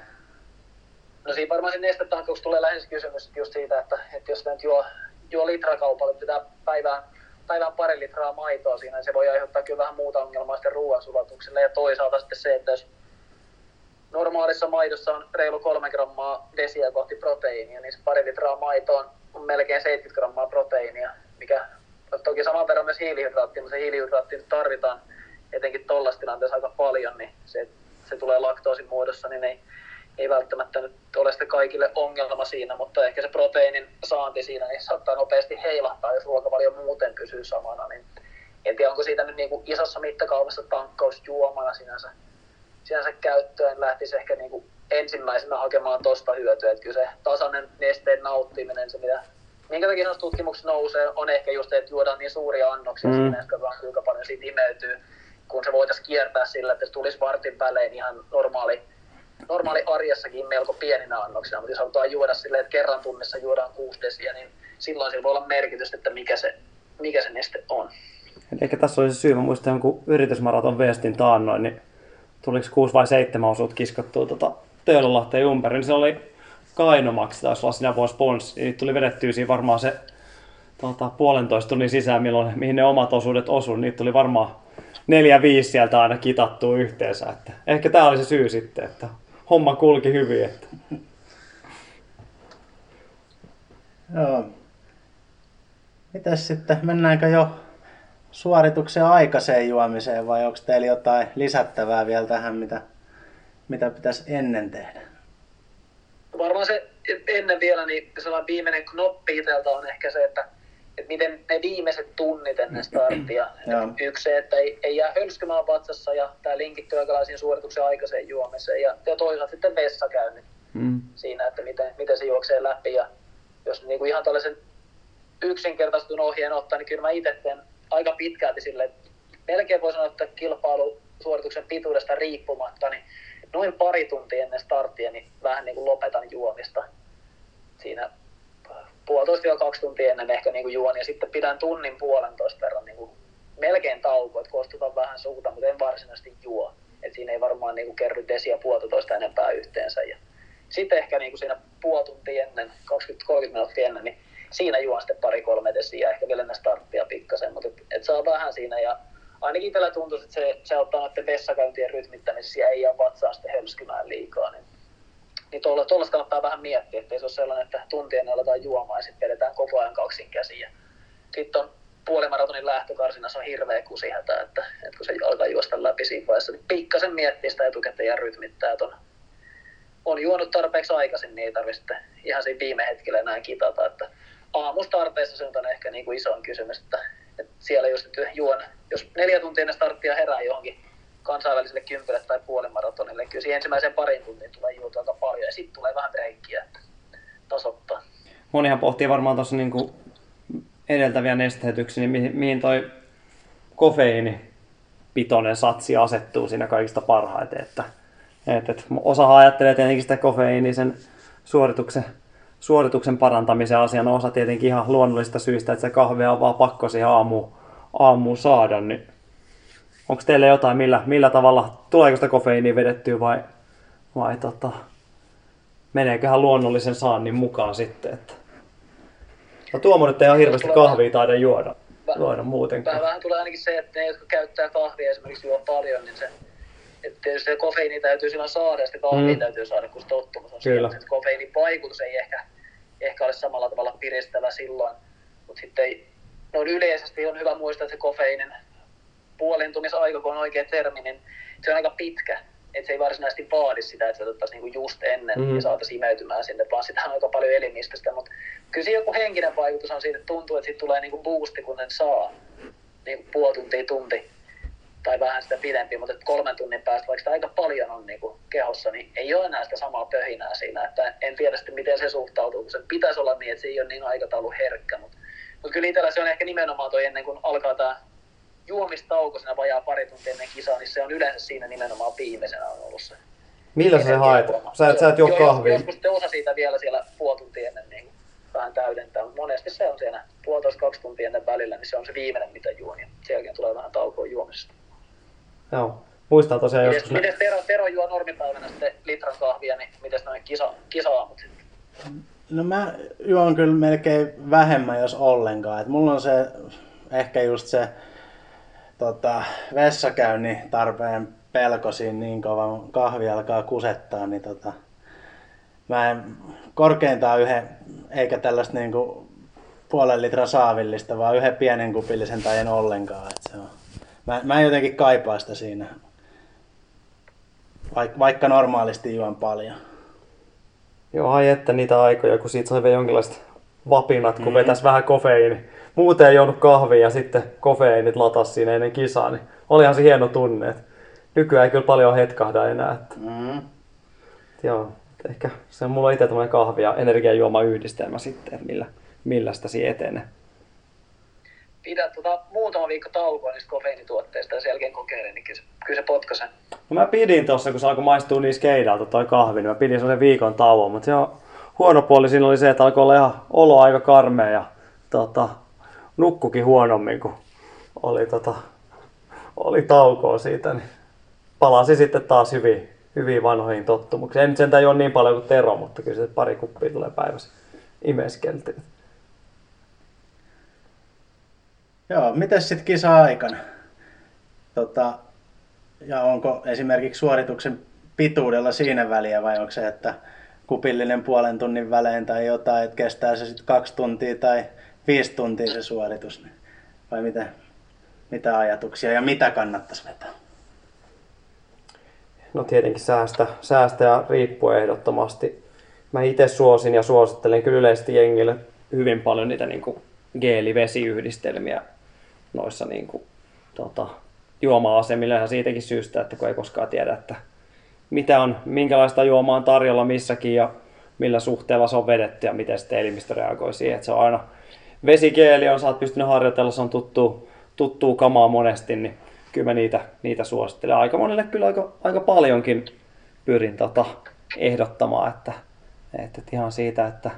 Speaker 5: No siinä varmaan se nestetankkauksessa tulee lähes kysymys just siitä, että, että jos nyt juo, juo litrakaupalla, pitää päivään päivän pari litraa maitoa siinä, niin se voi aiheuttaa kyllä vähän muuta ongelmaa sitten ruoansulatukselle. Ja toisaalta sitten se, että jos normaalissa maidossa on reilu kolme grammaa desiä kohti proteiinia, niin se pari litraa maitoa on melkein seitsemänkymmentä grammaa proteiinia, mikä toki saman verran myös hiilihydraattia, mutta se hiilihydraatti nyt tarvitaan etenkin tuollaisessa tilanteessa aika paljon, niin se, se tulee laktoosin muodossa, niin ei, ei välttämättä nyt ole sitten kaikille ongelma siinä, mutta ehkä se proteiinin saanti siinä niin saattaa nopeasti heilahtaa, jos ruokavalio muuten pysyy samana, niin en tiedä, onko siitä nyt niin kuin isossa mittakaavassa tankkausjuomana sinänsä, sinänsä käyttöön, lähtisi ehkä niin kuin ensimmäisenä hakemaan tuosta hyötyä, että kyllä se tasainen nesteen nauttiminen, se mitä, minkä takia noissa tutkimuksissa nousee, on ehkä just, että juodaan niin suuria annoksia mm. siinä, että kuinka paljon siitä imeytyy, kun se voitaisiin kiertää sillä, että se tulisi vartin välein ihan normaali, normaali arjessakin melko pieninä annoksina, mutta jos halutaan juoda silleen, että kerran tunnissa juodaan kuusi desiä, niin silloin sillä voi olla merkitystä, että mikä se, mikä se neste on.
Speaker 3: Eikä tässä oli se syy, mä muistan jonkun yritysmaraton Westin taannoin, niin tuliko kuusi vai seitsemän osuut kiskottua tuota Töölönlahteen ympäri, niin se oli Kainomaksi, taisi olla sinä vuonna sponssi, niin tuli vedettyä siinä varmaan se tuota, puolentoista tunnin sisään, milloin, mihin ne omat osuudet osuivat, niitä tuli varmaan neljä viisi sieltä aina kitattua yhteensä, että ehkä tämä oli se syy sitten, että homma kulki hyvin. Että.
Speaker 4: Joo. Mitäs sitten, mennäänkö jo suorituksen aikaiseen juomiseen vai onko teillä jotain lisättävää vielä tähän, mitä, mitä pitäisi ennen tehdä?
Speaker 5: Varmaan se ennen vielä, niin sellainen viimeinen knoppi itseltä on ehkä se, että, että miten ne viimeiset tunnit ennen starttia. Yksi se, että ei, ei jää hölskymään vatsassa ja tämä linkittyy aikalaisiin suorituksen aikaiseen juomiseen. Ja, ja toisaalta sitten vessakäynnit mm. siinä, että miten, miten se juoksee läpi. Ja jos niin kuin ihan tällaisen yksinkertaistun ohjeen ottaa, niin kyllä mä itse teen aika pitkälti silleen, että melkein voi sanoa, että kilpailusuorituksen pituudesta riippumatta, niin noin pari tuntia ennen starttia niin vähän niin kuin lopetan juomista. Siinä puolitoista ja kaksi tuntia ennen ehkä niin kuin juon ja sitten pidän tunnin puolentoista verran niin kuin melkein tauko, että koostutan vähän suuta, mutta en varsinaisesti juo. Et siinä ei varmaan niin kuin kerry desiä puolitoista enempää yhteensä. Ja sitten ehkä niin kuin siinä puoli tuntia ennen, kaksikymmentä kolmekymmentä minuuttia ennen, niin siinä juon sitten pari-kolme desiä, ehkä vielä ennen starttia pikkasen, mutta et, et saa vähän siinä. Ja ainakin itsellä tuntuu, että se, se auttaa noiden vessakäyntien rytmittämisessä ja ei jää vatsaa sitten hölskymään liikaa. Niin, niin tuollaista kannattaa vähän miettiä, ettei se ole sellainen, että tuntien aletaan juomaan ja sitten vedetään koko ajan kaksin käsiä. Sitten on puolimaratonin lähtökarsinassa on hirveä kusihätä, että, että kun se alkaa juosta läpi siinä vaiheessa, niin pikkasen miettii sitä etukäteen ja rytmittää, että on, on juonut tarpeeksi aikaisin, niin ei tarvitse ihan siinä viime hetkellä enää kitata. Että aamustarteissa se on ehkä niin kuin isoin kysymys, että, että siellä just että juon, jos neljä tuntia ennen starttia herää johonkin kansainväliselle kympille tai puolimaratonille, niin kyllä siihen ensimmäiseen parin tuntiin tulee juotua aika paljon ja sitten tulee vähän breikkiä, että tasoittaa.
Speaker 3: Monihan pohtii varmaan tuossa niinku edeltäviä nesteytyksiä, niin mihin, mihin toi kofeiinipitoinen satsi asettuu siinä kaikista parhaiten. Että, et, et, osahan ajattelee tietenkin sitä kofeiinia sen suorituksen, suorituksen parantamisen asiana, osa tietenkin ihan luonnollisista syistä, että se kahvia on vaan pakko siihen aamuun, aamuun saada. Niin onko teille jotain, millä, millä tavalla, tuleeko sitä kofeiinia vedettyä vai, vai tota, meneeköhän luonnollisen saannin mukaan sitten? Että. No tuomarit ei ihan hirveästi kahvia taida juoda, juoda muutenkaan.
Speaker 5: Vähän tulee ainakin se, että ne, jotka käyttää kahvia esimerkiksi juo paljon, niin se, että tietysti se kofeiini täytyy silloin saada ja sitä kahvia mm. täytyy saada, kun se tottumus on siinä. Että kofeiinin vaikutus ei ehkä, ehkä ole samalla tavalla piristävä silloin, mutta sitten noin yleisesti on hyvä muistaa, että se kofeiinin puolentumisaika, kun on oikea termi, niin se on aika pitkä. Että se ei varsinaisesti vaadi sitä, että se otettaisiin niinku just ennen mm. ja saataisiin imeytymään sinne, vaan sitä on aika paljon elimistöstä. Mutta kyllä siinä joku henkinen vaikutus on siitä, että tuntuu, että siitä tulee niinku boosti, kun sen saa niinku puoli tuntia, tunti tai vähän sitä pidempi, mutta kolmen tunnin päästä, vaikka sitä aika paljon on niinku kehossa, niin ei ole enää sitä samaa pöhinää siinä. Että en tiedä sitten, miten se suhtautuu, kun se pitäisi olla niin, että se ei ole niin aikataulu herkkä. Mutta mut kyllä itsellä se on ehkä nimenomaan toi ennen kuin alkaa tämä juomistauko siinä vajaa pari tuntia ennen kisaa, niin se on yleensä siinä nimenomaan viimeisenä on ollut se.
Speaker 3: Millä sä se haet? Sä et, sä et juo kahvia?
Speaker 5: Joskus sitten osa siitä vielä siellä puoli tuntia ennen niin vähän täydentää, mutta monesti se on siinä puolitoista kaksi tuntia ennen välillä, niin se on se viimeinen mitä juon ja sen jälkeen tulee vähän taukoa juomisesta.
Speaker 3: Joo, muistaa tosiaan
Speaker 5: mites,
Speaker 3: joskus.
Speaker 5: Miten Tero, Tero juo normipäivänä sitten litran kahvia, niin miten noin kisa, kisa-aamut sitten?
Speaker 4: No mä juon kyllä melkein vähemmän jos ollenkaan, et mulla on se ehkä just se tota, vessakäynnin tarpeen pelko siinä niin kova kahvi alkaa kusettaa, niin tota, mä en korkeintaan yhden, eikä tällaista niinku puolen litran saavillista, vaan yhden pienen kupillisen tai en ollenkaan. Et se on. Mä, mä en jotenkin kaipaa sitä siinä, Vaik, vaikka normaalisti juon paljon.
Speaker 3: Joo, ai että niitä aikoja, kun siitä sai vielä jonkinlaiset vapinat, kun
Speaker 4: Mm.
Speaker 3: vetäisi vähän kofeiini. Muuten ei juonut kahvia ja sitten kofeiinit latas siinä ennen kisaa, niin olihan se hieno tunne. Et nykyään ei kyllä paljon hetkahda enää. Että,
Speaker 4: Mm.
Speaker 3: joo, ehkä se on mulla itse tämmöinen kahvi- ja energiajuoma yhdistelmä sitten, että millä, millä sitä siinä etenee.
Speaker 5: Pidät tota muutama viikko taukoa niistä kofeiinituotteista ja sen jälkeen kokeile, niin kyllä se, kyllä se potkaisen.
Speaker 3: No mä pidin tossa, kun se alkoi maistua niin skeidalta toi kahvi, niin mä pidin sellaisen viikon tauon, mutta se on huono puoli siinä oli se, että alkoi olla ihan olo aika karmea ja tota, nukkukin huonommin, kun oli, tota, oli taukoa siitä, niin palasi sitten taas hyviin, hyviin vanhoihin tottumuksiin. En nyt sentään juo niin paljon kuin Tero, mutta kyllä se pari kuppia tulee päivässä imeskeltiin.
Speaker 4: Joo, mites sitten kisa-aikana? Tota, ja onko esimerkiksi suorituksen pituudella siinä väliä vai onko se, että kupillinen puolen tunnin välein tai jotain, että kestää se sitten kaksi tuntia tai viisi tuntia se suoritus? Vai mitä, mitä ajatuksia ja mitä kannattaisi vetää?
Speaker 3: No tietenkin säästä, säästä ja riippuu ehdottomasti. Mä itse suosin ja suosittelen kyllä yleisesti jengille hyvin paljon niitä niin kuin geeli-vesiyhdistelmiä noissa niin kuin, tota, juoma-asemilla ihan siitäkin syystä, että kun ei koskaan tiedä, että mitä on, minkälaista juomaa on tarjolla missäkin ja millä suhteella se on vedetty ja miten sitten elimistö reagoi siihen. Että se on aina vesigeeli on, sä oot pystynyt harjoitella, se on tuttuu, tuttuu kamaa monesti, niin kyllä mä niitä, niitä suosittelen. Aika monelle kyllä aika, aika paljonkin pyrin tota, ehdottamaan, että, että ihan siitä, että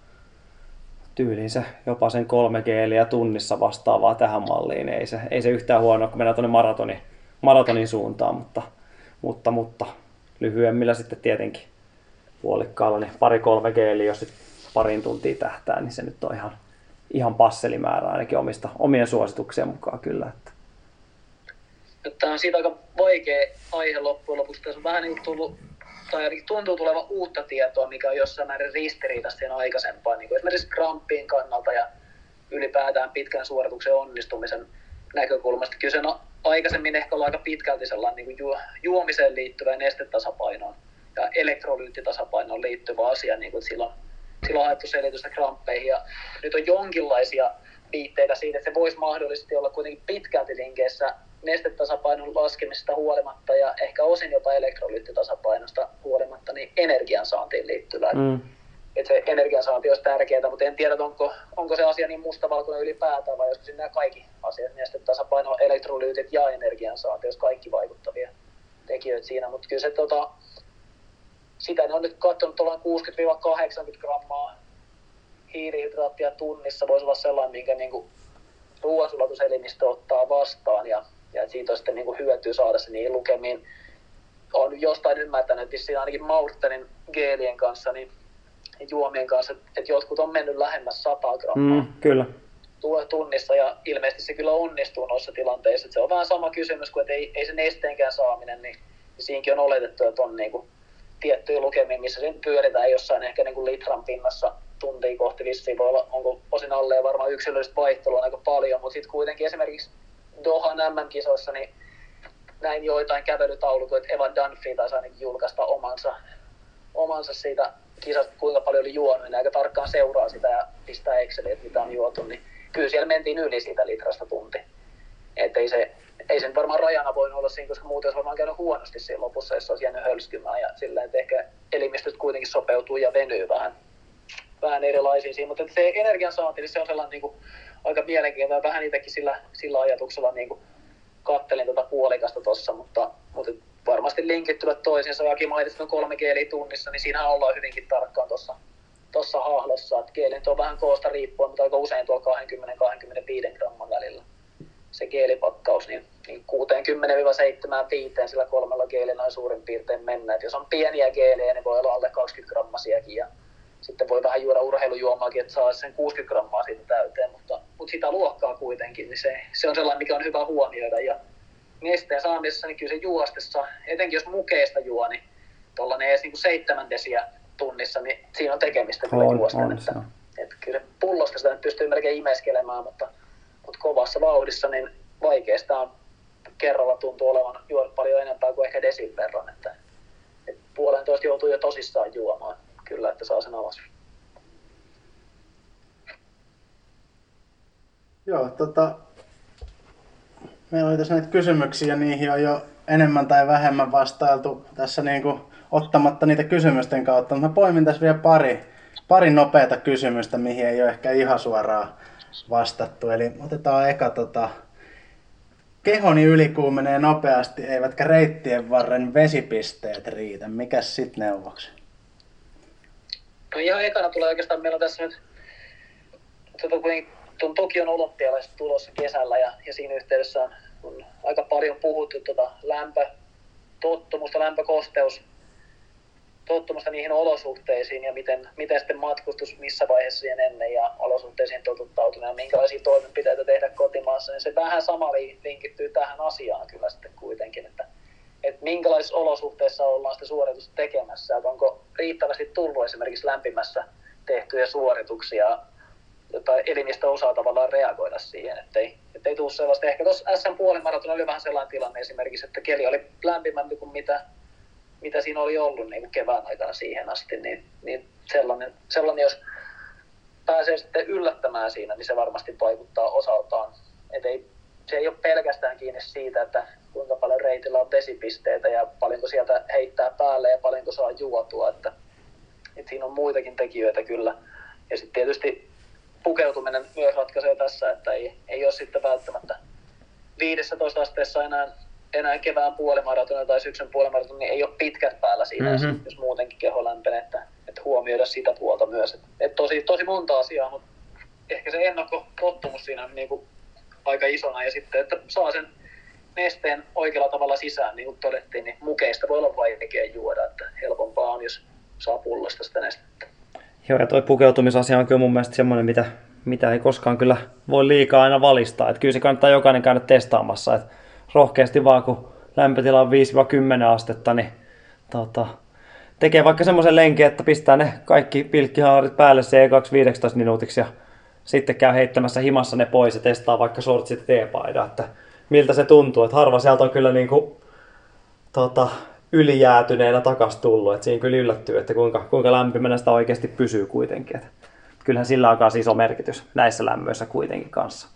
Speaker 3: tyyliin se jopa sen kolme geeliä tunnissa vastaavaa tähän malliin. Ei se, ei se yhtään huono, kun mennään tuonne maratonin, maratonin suuntaan, mutta, mutta, mutta lyhyemmillä sitten tietenkin puolikkaalla, niin pari-kolme geeliä, jos nyt parin tuntia tähtää, niin se nyt on ihan, ihan passelimäärä ainakin omista, omien suosituksien mukaan kyllä. Että.
Speaker 5: Tämä on siitä aika vaikea aihe loppujen lopuksi. Tässä on vähän niin kuin tullut, tai ainakin tuntuu tulevan uutta tietoa, mikä on jossain määrin ristiriitaista siinä aikaisempaan, niin kuin esimerkiksi kramppien kannalta ja ylipäätään pitkän suorituksen onnistumisen näkökulmasta. Kyllä sen on aikaisemmin ehkä ollut aika pitkälti sellainen niin kuin juomiseen liittyvä nestetasapainoon ja elektrolyyttitasapainoon liittyvä asia, niin kuin silloin, silloin on haettu selitystä kramppeihin. Ja nyt on jonkinlaisia viitteitä siitä, että se voisi mahdollisesti olla kuitenkin pitkälti linkeissä nestetasapainon laskemisesta huolimatta ja ehkä osin jopa elektrolyyttitasapainosta huolimatta niin energiansaantiin liittyvää. Mm. Että se energiansaanti olisi tärkeää, mutta en tiedä, onko, onko se asia niin mustavalkoinen ylipäätään vai olisiko nämä kaikki asiat, nestetasapaino, elektrolyytit ja energiansaanti, jos kaikki vaikuttavia tekijöitä siinä. Mutta kyllä se tota, sitä ne on nyt katsonut ollaan kuusikymmentä kahdeksankymmentä grammaa hiilihydraattia tunnissa voisi olla sellainen, minkä niin kuin ruoansulatuselimistö ottaa vastaan ja, ja siitä on sitten niin kuin hyötyä saada se niihin lukemiin. Olen jostain ymmärtänyt, että siinä ainakin Maurtenin geelien kanssa, niin juomien kanssa, että jotkut on mennyt lähemmäs sata grammaa
Speaker 3: mm, kyllä.
Speaker 5: tunnissa ja ilmeisesti se kyllä onnistuu noissa tilanteissa. Että se on vähän sama kysymys kuin, että ei, ei se nesteenkään saaminen, niin, niin siinäkin on oletettu, että on niin kuin tiettyjä lukemia, missä sen pyöritään jossain ehkä niin kuin litran pinnassa tuntia kohti vissiin voi olla, onko osin alle ja varmaan yksilöllistä vaihtelua aika paljon, mutta sitten kuitenkin esimerkiksi Dohan M M-kisoissa niin näin joitain kävelytaulukoita, että Eva Dunphy taisi ainakin julkaista omansa, omansa siitä kisasta, kuinka paljon oli juonut, ja aika tarkkaan seuraa sitä ja pistää Exceliin, että mitä on juotu, niin kyllä siellä mentiin yli siitä litrasta tunti. Että ei se, ei sen varmaan rajana voinut olla siinä, koska muuten olisi varmaan käynyt huonosti siinä lopussa, jos olisi jäänyt hölskymään ja sillä että ehkä elimistöt kuitenkin sopeutuu ja venyy vähän, vähän erilaisiin siinä. Mutta se energiansaanti, niin se on sellainen niin kuin, aika mielenkiintoinen, vähän niitäkin sillä, sillä ajatuksella niin kuin kattelin tuota puolikasta tuossa, mutta, mutta varmasti linkittyvät toisiinsa. Jaki mainitsi noin kolme geeliä tunnissa, niin siinähän ollaan hyvinkin tarkkaan tuossa tuossa hahlossa. Että geelit on vähän koosta riippuen, mutta aika usein tuolla kaksikymmentä kaksikymmentäviisi gramman välillä se geelipakkaus, niin, niin kuusikymmentä seitsemänkymmentäviisi sillä kolmella geelillä noin suurin piirtein mennä. Et jos on pieniä geelejä, niin voi olla alle kaksikymmentä grammasiakin. Ja sitten voi vähän juoda urheilujuomaakin, että saa sen kuusikymmentä grammaa siitä täyteen, mutta, mutta sitä luokkaa kuitenkin, niin se, se on sellainen, mikä on hyvä huomioida. Ja nesteen saamisessa, niin kyllä se juostessa, etenkin jos mukeista juo, niin tuollainen edes niin seitsemän desiä tunnissa, niin siinä on tekemistä kyllä
Speaker 3: on,
Speaker 5: juosten.
Speaker 3: on,
Speaker 5: että,
Speaker 3: on.
Speaker 5: että kyllä pullosta sitä nyt pystyy melkein imeskelemään, mutta, mutta kovassa vauhdissa niin vaikeastaan kerralla tuntuu olevan juoda paljon enempää kuin ehkä desin verran. Että, että puolentoista joutuu jo tosissaan juomaan, kyllä, että saa sen alas.
Speaker 4: Joo, tota, meillä oli tässä näitä kysymyksiä, niihin on jo enemmän tai vähemmän vastailtu tässä niin kuin ottamatta niitä kysymysten kautta, mutta mä poimin tässä vielä pari, pari nopeata kysymystä, mihin ei ole ehkä ihan suoraan vastattu. Eli otetaan eka, tota, kehoni ylikuumenee nopeasti, eivätkä reittien varren vesipisteet riitä. Mikäs sit neuvoksi?
Speaker 5: No ihan ekana tulee oikeastaan, meillä on tässä nyt tuota, tuon Tokion olympialaiset tulossa kesällä ja, ja siinä yhteydessä on, on aika paljon puhuttu tuota lämpötottumusta, lämpökosteus, tottumusta niihin olosuhteisiin ja miten, miten sitten matkustus missä vaiheessa siihen ennen ja olosuhteisiin totuttautuminen ja minkälaisia toimenpiteitä tehdä kotimaassa, niin se vähän sama linkittyy tähän asiaan kyllä sitten kuitenkin, että, että minkälaisissa olosuhteissa ollaan sitä suoritusta tekemässä, että onko riittävästi tullut esimerkiksi lämpimässä tehtyjä suorituksia, jotta elimistö osaa tavallaan reagoida siihen, ettei, ettei tule sellaista. Ehkä tuossa S M-puolimaraton oli vähän sellainen tilanne esimerkiksi, että keli oli lämpimämpi kuin mitä, mitä siinä oli ollut niin kuin kevään aikana siihen asti, niin, niin sellainen, sellainen, jos pääsee sitten yllättämään siinä, niin se varmasti vaikuttaa osaltaan. Et ei, se ei ole pelkästään kiinni siitä, että kuinka paljon reitillä on vesipisteitä ja paljonko sieltä heittää päälle ja paljonko saa juotua, että, että siinä on muitakin tekijöitä kyllä. Ja sitten tietysti pukeutuminen myös ratkaisee tässä, että ei, ei ole sitten välttämättä viisitoista asteessa enää, enää kevään puolimaratona tai syksyn puolimaratona, niin ei ole pitkät päällä siinä, mm-hmm. jos, jos muutenkin keho lämpenee, että, että huomioida sitä puolta myös. Et, et tosi, tosi monta asiaa, mutta ehkä se ennakkotottumus siinä on niin kuin aika isona ja sitten, että saa sen nesteen oikealla tavalla sisään, niin kuin todettiin, niin mukeista voi olla vaikea juoda, että helpompaa on, jos saa pullosta sitä nestettä.
Speaker 3: Joo, ja toi pukeutumisasia on kyllä mun mielestä semmoinen, mitä, mitä ei koskaan kyllä voi liikaa aina valistaa. Että kyllä se kannattaa jokainen käydä testaamassa. Että rohkeasti vaan, kun lämpötila on viisi kymmenen astetta, niin tota, tekee vaikka semmoisen lenkin, että pistää ne kaikki pilkkihaarit päälle se ekaksi viisitoista minuutiksi ja sitten käy heittämässä himassa ne pois ja testaa vaikka shortsit ja teepaidan, että miltä se tuntuu. Että harva sieltä on kyllä niinku, tota, ylijäätyneenä takas tullut, että siinä kyllä yllättyy, että kuinka, kuinka lämpimänä sitä oikeasti pysyy kuitenkin. Että kyllähän sillä on myös iso merkitys näissä lämmöissä kuitenkin kanssa.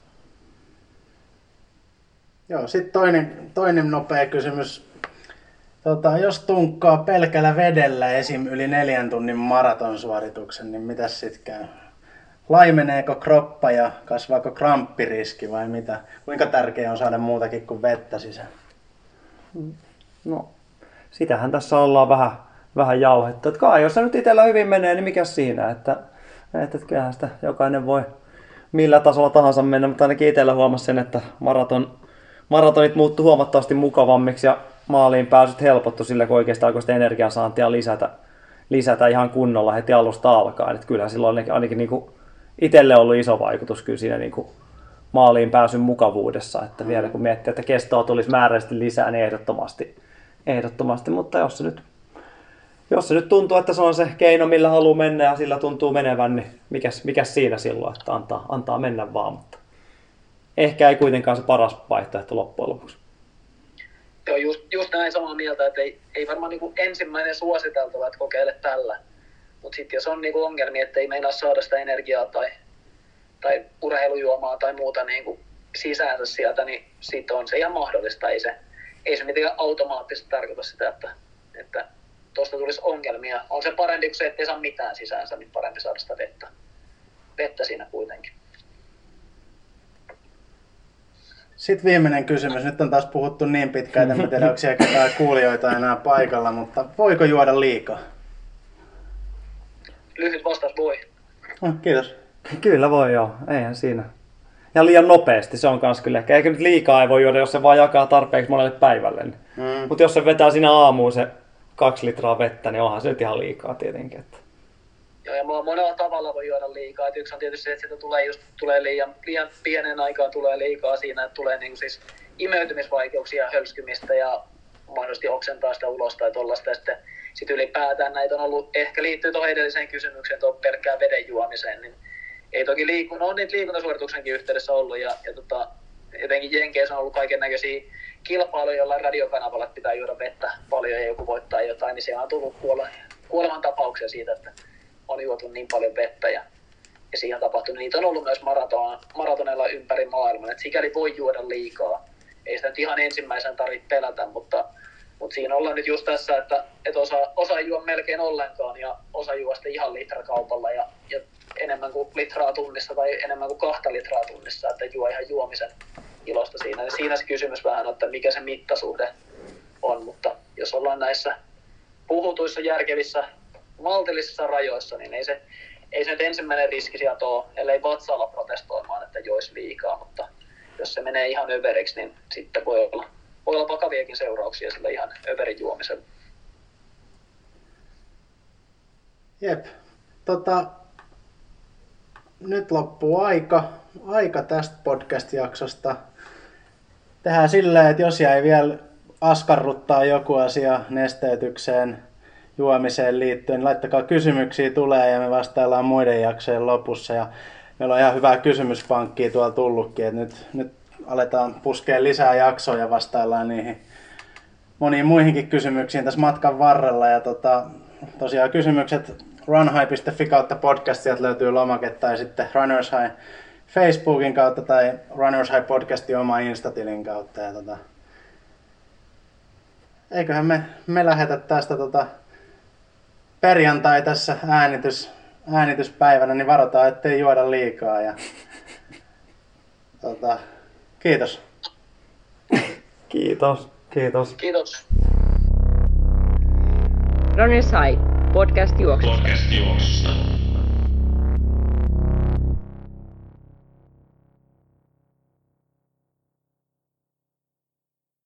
Speaker 4: Joo, sitten toinen, toinen nopea kysymys. Tota, jos tunkkaa pelkällä vedellä esim. Yli neljän tunnin maratonsuorituksen, niin mitäs sit käy? Laimeneeko kroppa ja kasvaako kramppiriski vai mitä? Kuinka tärkeää on saada muutakin kuin vettä sisään?
Speaker 3: No, sitähän tässä ollaan vähän, vähän jauhettu. Että kai, jos se nyt itsellä hyvin menee, niin mikä siinä? Että, että kyllähän sitä jokainen voi millä tasolla tahansa mennä, mutta ainakin itsellä huomasin sen, että maraton, maratonit muuttui huomattavasti mukavammiksi ja maaliin pääsyt helpottu sillä, kun oikeastaan alkoi sitä energiansaantia lisätä, lisätä ihan kunnolla heti alusta alkaen. Että kyllähän sillä on ainakin, ainakin niin kuin itselle ollut iso vaikutus kyllä siinä niin kuin maaliin pääsyn mukavuudessa. Että vielä kun miettii, että kestoa tulisi määräisesti lisää, niin ehdottomasti. ehdottomasti. Mutta jos se, nyt, jos se nyt tuntuu, että se on se keino, millä haluaa mennä ja sillä tuntuu menevän, niin mikäs, mikäs siinä silloin, että antaa, antaa mennä vaan. Mutta ehkä ei kuitenkaan se paras vaihtoehto loppujen lopuksi.
Speaker 5: Joo, just, just näin samaa mieltä, että ei, ei varmaan niin kuin ensimmäinen suositeltava, että kokeile tällä. Mutta sitten jos on niin kuin ongelmia, että ei meinaa saada sitä energiaa tai, tai urheilujuomaa tai muuta niin kuin sisäänsä sieltä, niin sitten on se ihan mahdollista. Ei se, ei se mitenkään automaattisesti tarkoita sitä, että, että tuosta tulisi ongelmia. On se parempi, kun se ettei saa mitään sisäänsä, niin parempi saada sitä vettä, vettä siinä kuitenkin.
Speaker 4: Sitten viimeinen kysymys. Nyt on taas puhuttu niin pitkään, että en tiedä, onko siellä ketään kuulijoita enää paikalla, mutta voiko juoda liikaa?
Speaker 5: Lyhyt vastaus voi.
Speaker 4: No, kiitos.
Speaker 3: Kyllä voi joo, eihän siinä. Ja liian nopeasti, se on kans kyllä ehkä. Eikä nyt liikaa ei voi juoda, jos se vaan jakaa tarpeeksi monelle päivälle. Niin. Mm. Mutta jos se vetää siinä aamuun se kaksi litraa vettä, niin onhan se nyt ihan liikaa tietenkin. Että.
Speaker 5: Joo, ja monella tavalla voi juoda liikaa. Et yksi on tietysti se, että sitä tulee, just, tulee liian, liian pienen aikaan tulee liikaa siinä, että tulee niin siis imeytymisvaikeuksia ja hölskymistä ja mahdollisesti oksentaa sitä ulos tai tollaista. Ja sitten sit ylipäätään näitä on ollut, ehkä liittyy tuohon edelliseen kysymykseen, tuohon pelkkään veden juomiseen, niin ei toki liiku, no on niitä liikuntasuorituksenkin yhteydessä ollut ja, ja tota, jotenkin Jenkeissä on ollut kaiken näköisiä kilpailuja, jollain radiokanavalla pitää juoda vettä paljon ja joku voittaa jotain, niin siellä on tullut kuoleman tapauksia siitä, että on juotu niin paljon vettä ja, ja siihen on tapahtunut. Niitä on ollut myös maraton, maratoneilla ympäri maailman, että sikäli voi juoda liikaa. Ei sitä nyt ihan ensimmäisen tarvitse pelätä, mutta, mutta siinä ollaan nyt just tässä, että, että osa, osa ei juo melkein ollenkaan ja osa juo sitten ihan litrakaupalla ja, ja enemmän kuin litraa tunnissa tai enemmän kuin kahta litraa tunnissa, että juo ihan juomisen ilosta siinä. Ja siinä se kysymys vähän, että mikä se mittasuhde on, mutta jos ollaan näissä puhutuissa järkevissä maltillisissa rajoissa, niin ei se, ei se nyt ensimmäinen riski sieltä ole, ellei vatsa olla protestoimaan, että joisi liikaa, mutta jos se menee ihan överiksi, niin sitten voi olla, voi olla vakaviakin seurauksia sillä ihan överin juomisella.
Speaker 4: Jep. Tota, nyt loppuu aika, aika tästä podcast-jaksosta. Tehdään silleen, että jos jäi vielä askarruttaa joku asia nesteytykseen, juomiseen liittyen, niin laittakaa kysymyksiä tulee ja me vastaillaan muiden jaksojen lopussa. Ja meillä on ihan hyvää kysymyspankkia tuolla tullutkin, että nyt, nyt aletaan puskea lisää jaksoja ja vastaillaan niihin moniin muihinkin kysymyksiin tässä matkan varrella. Ja tota, tosiaan kysymykset runhigh piste fi kautta podcast, sieltä löytyy lomake, tai sitten Runners High Facebookin kautta tai Runners High podcastin oma Instatilin kautta. Ja tota, eiköhän me, me lähetä tästä tota, perjantai tässä äänitys, äänityspäivänä, niin varotaan, ettei juoda liikaa. Ja, tota, kiitos.
Speaker 3: Kiitos. Kiitos.
Speaker 5: Kiitos.
Speaker 1: Runners High, podcast juoksusta.
Speaker 2: Podcast juoksusta.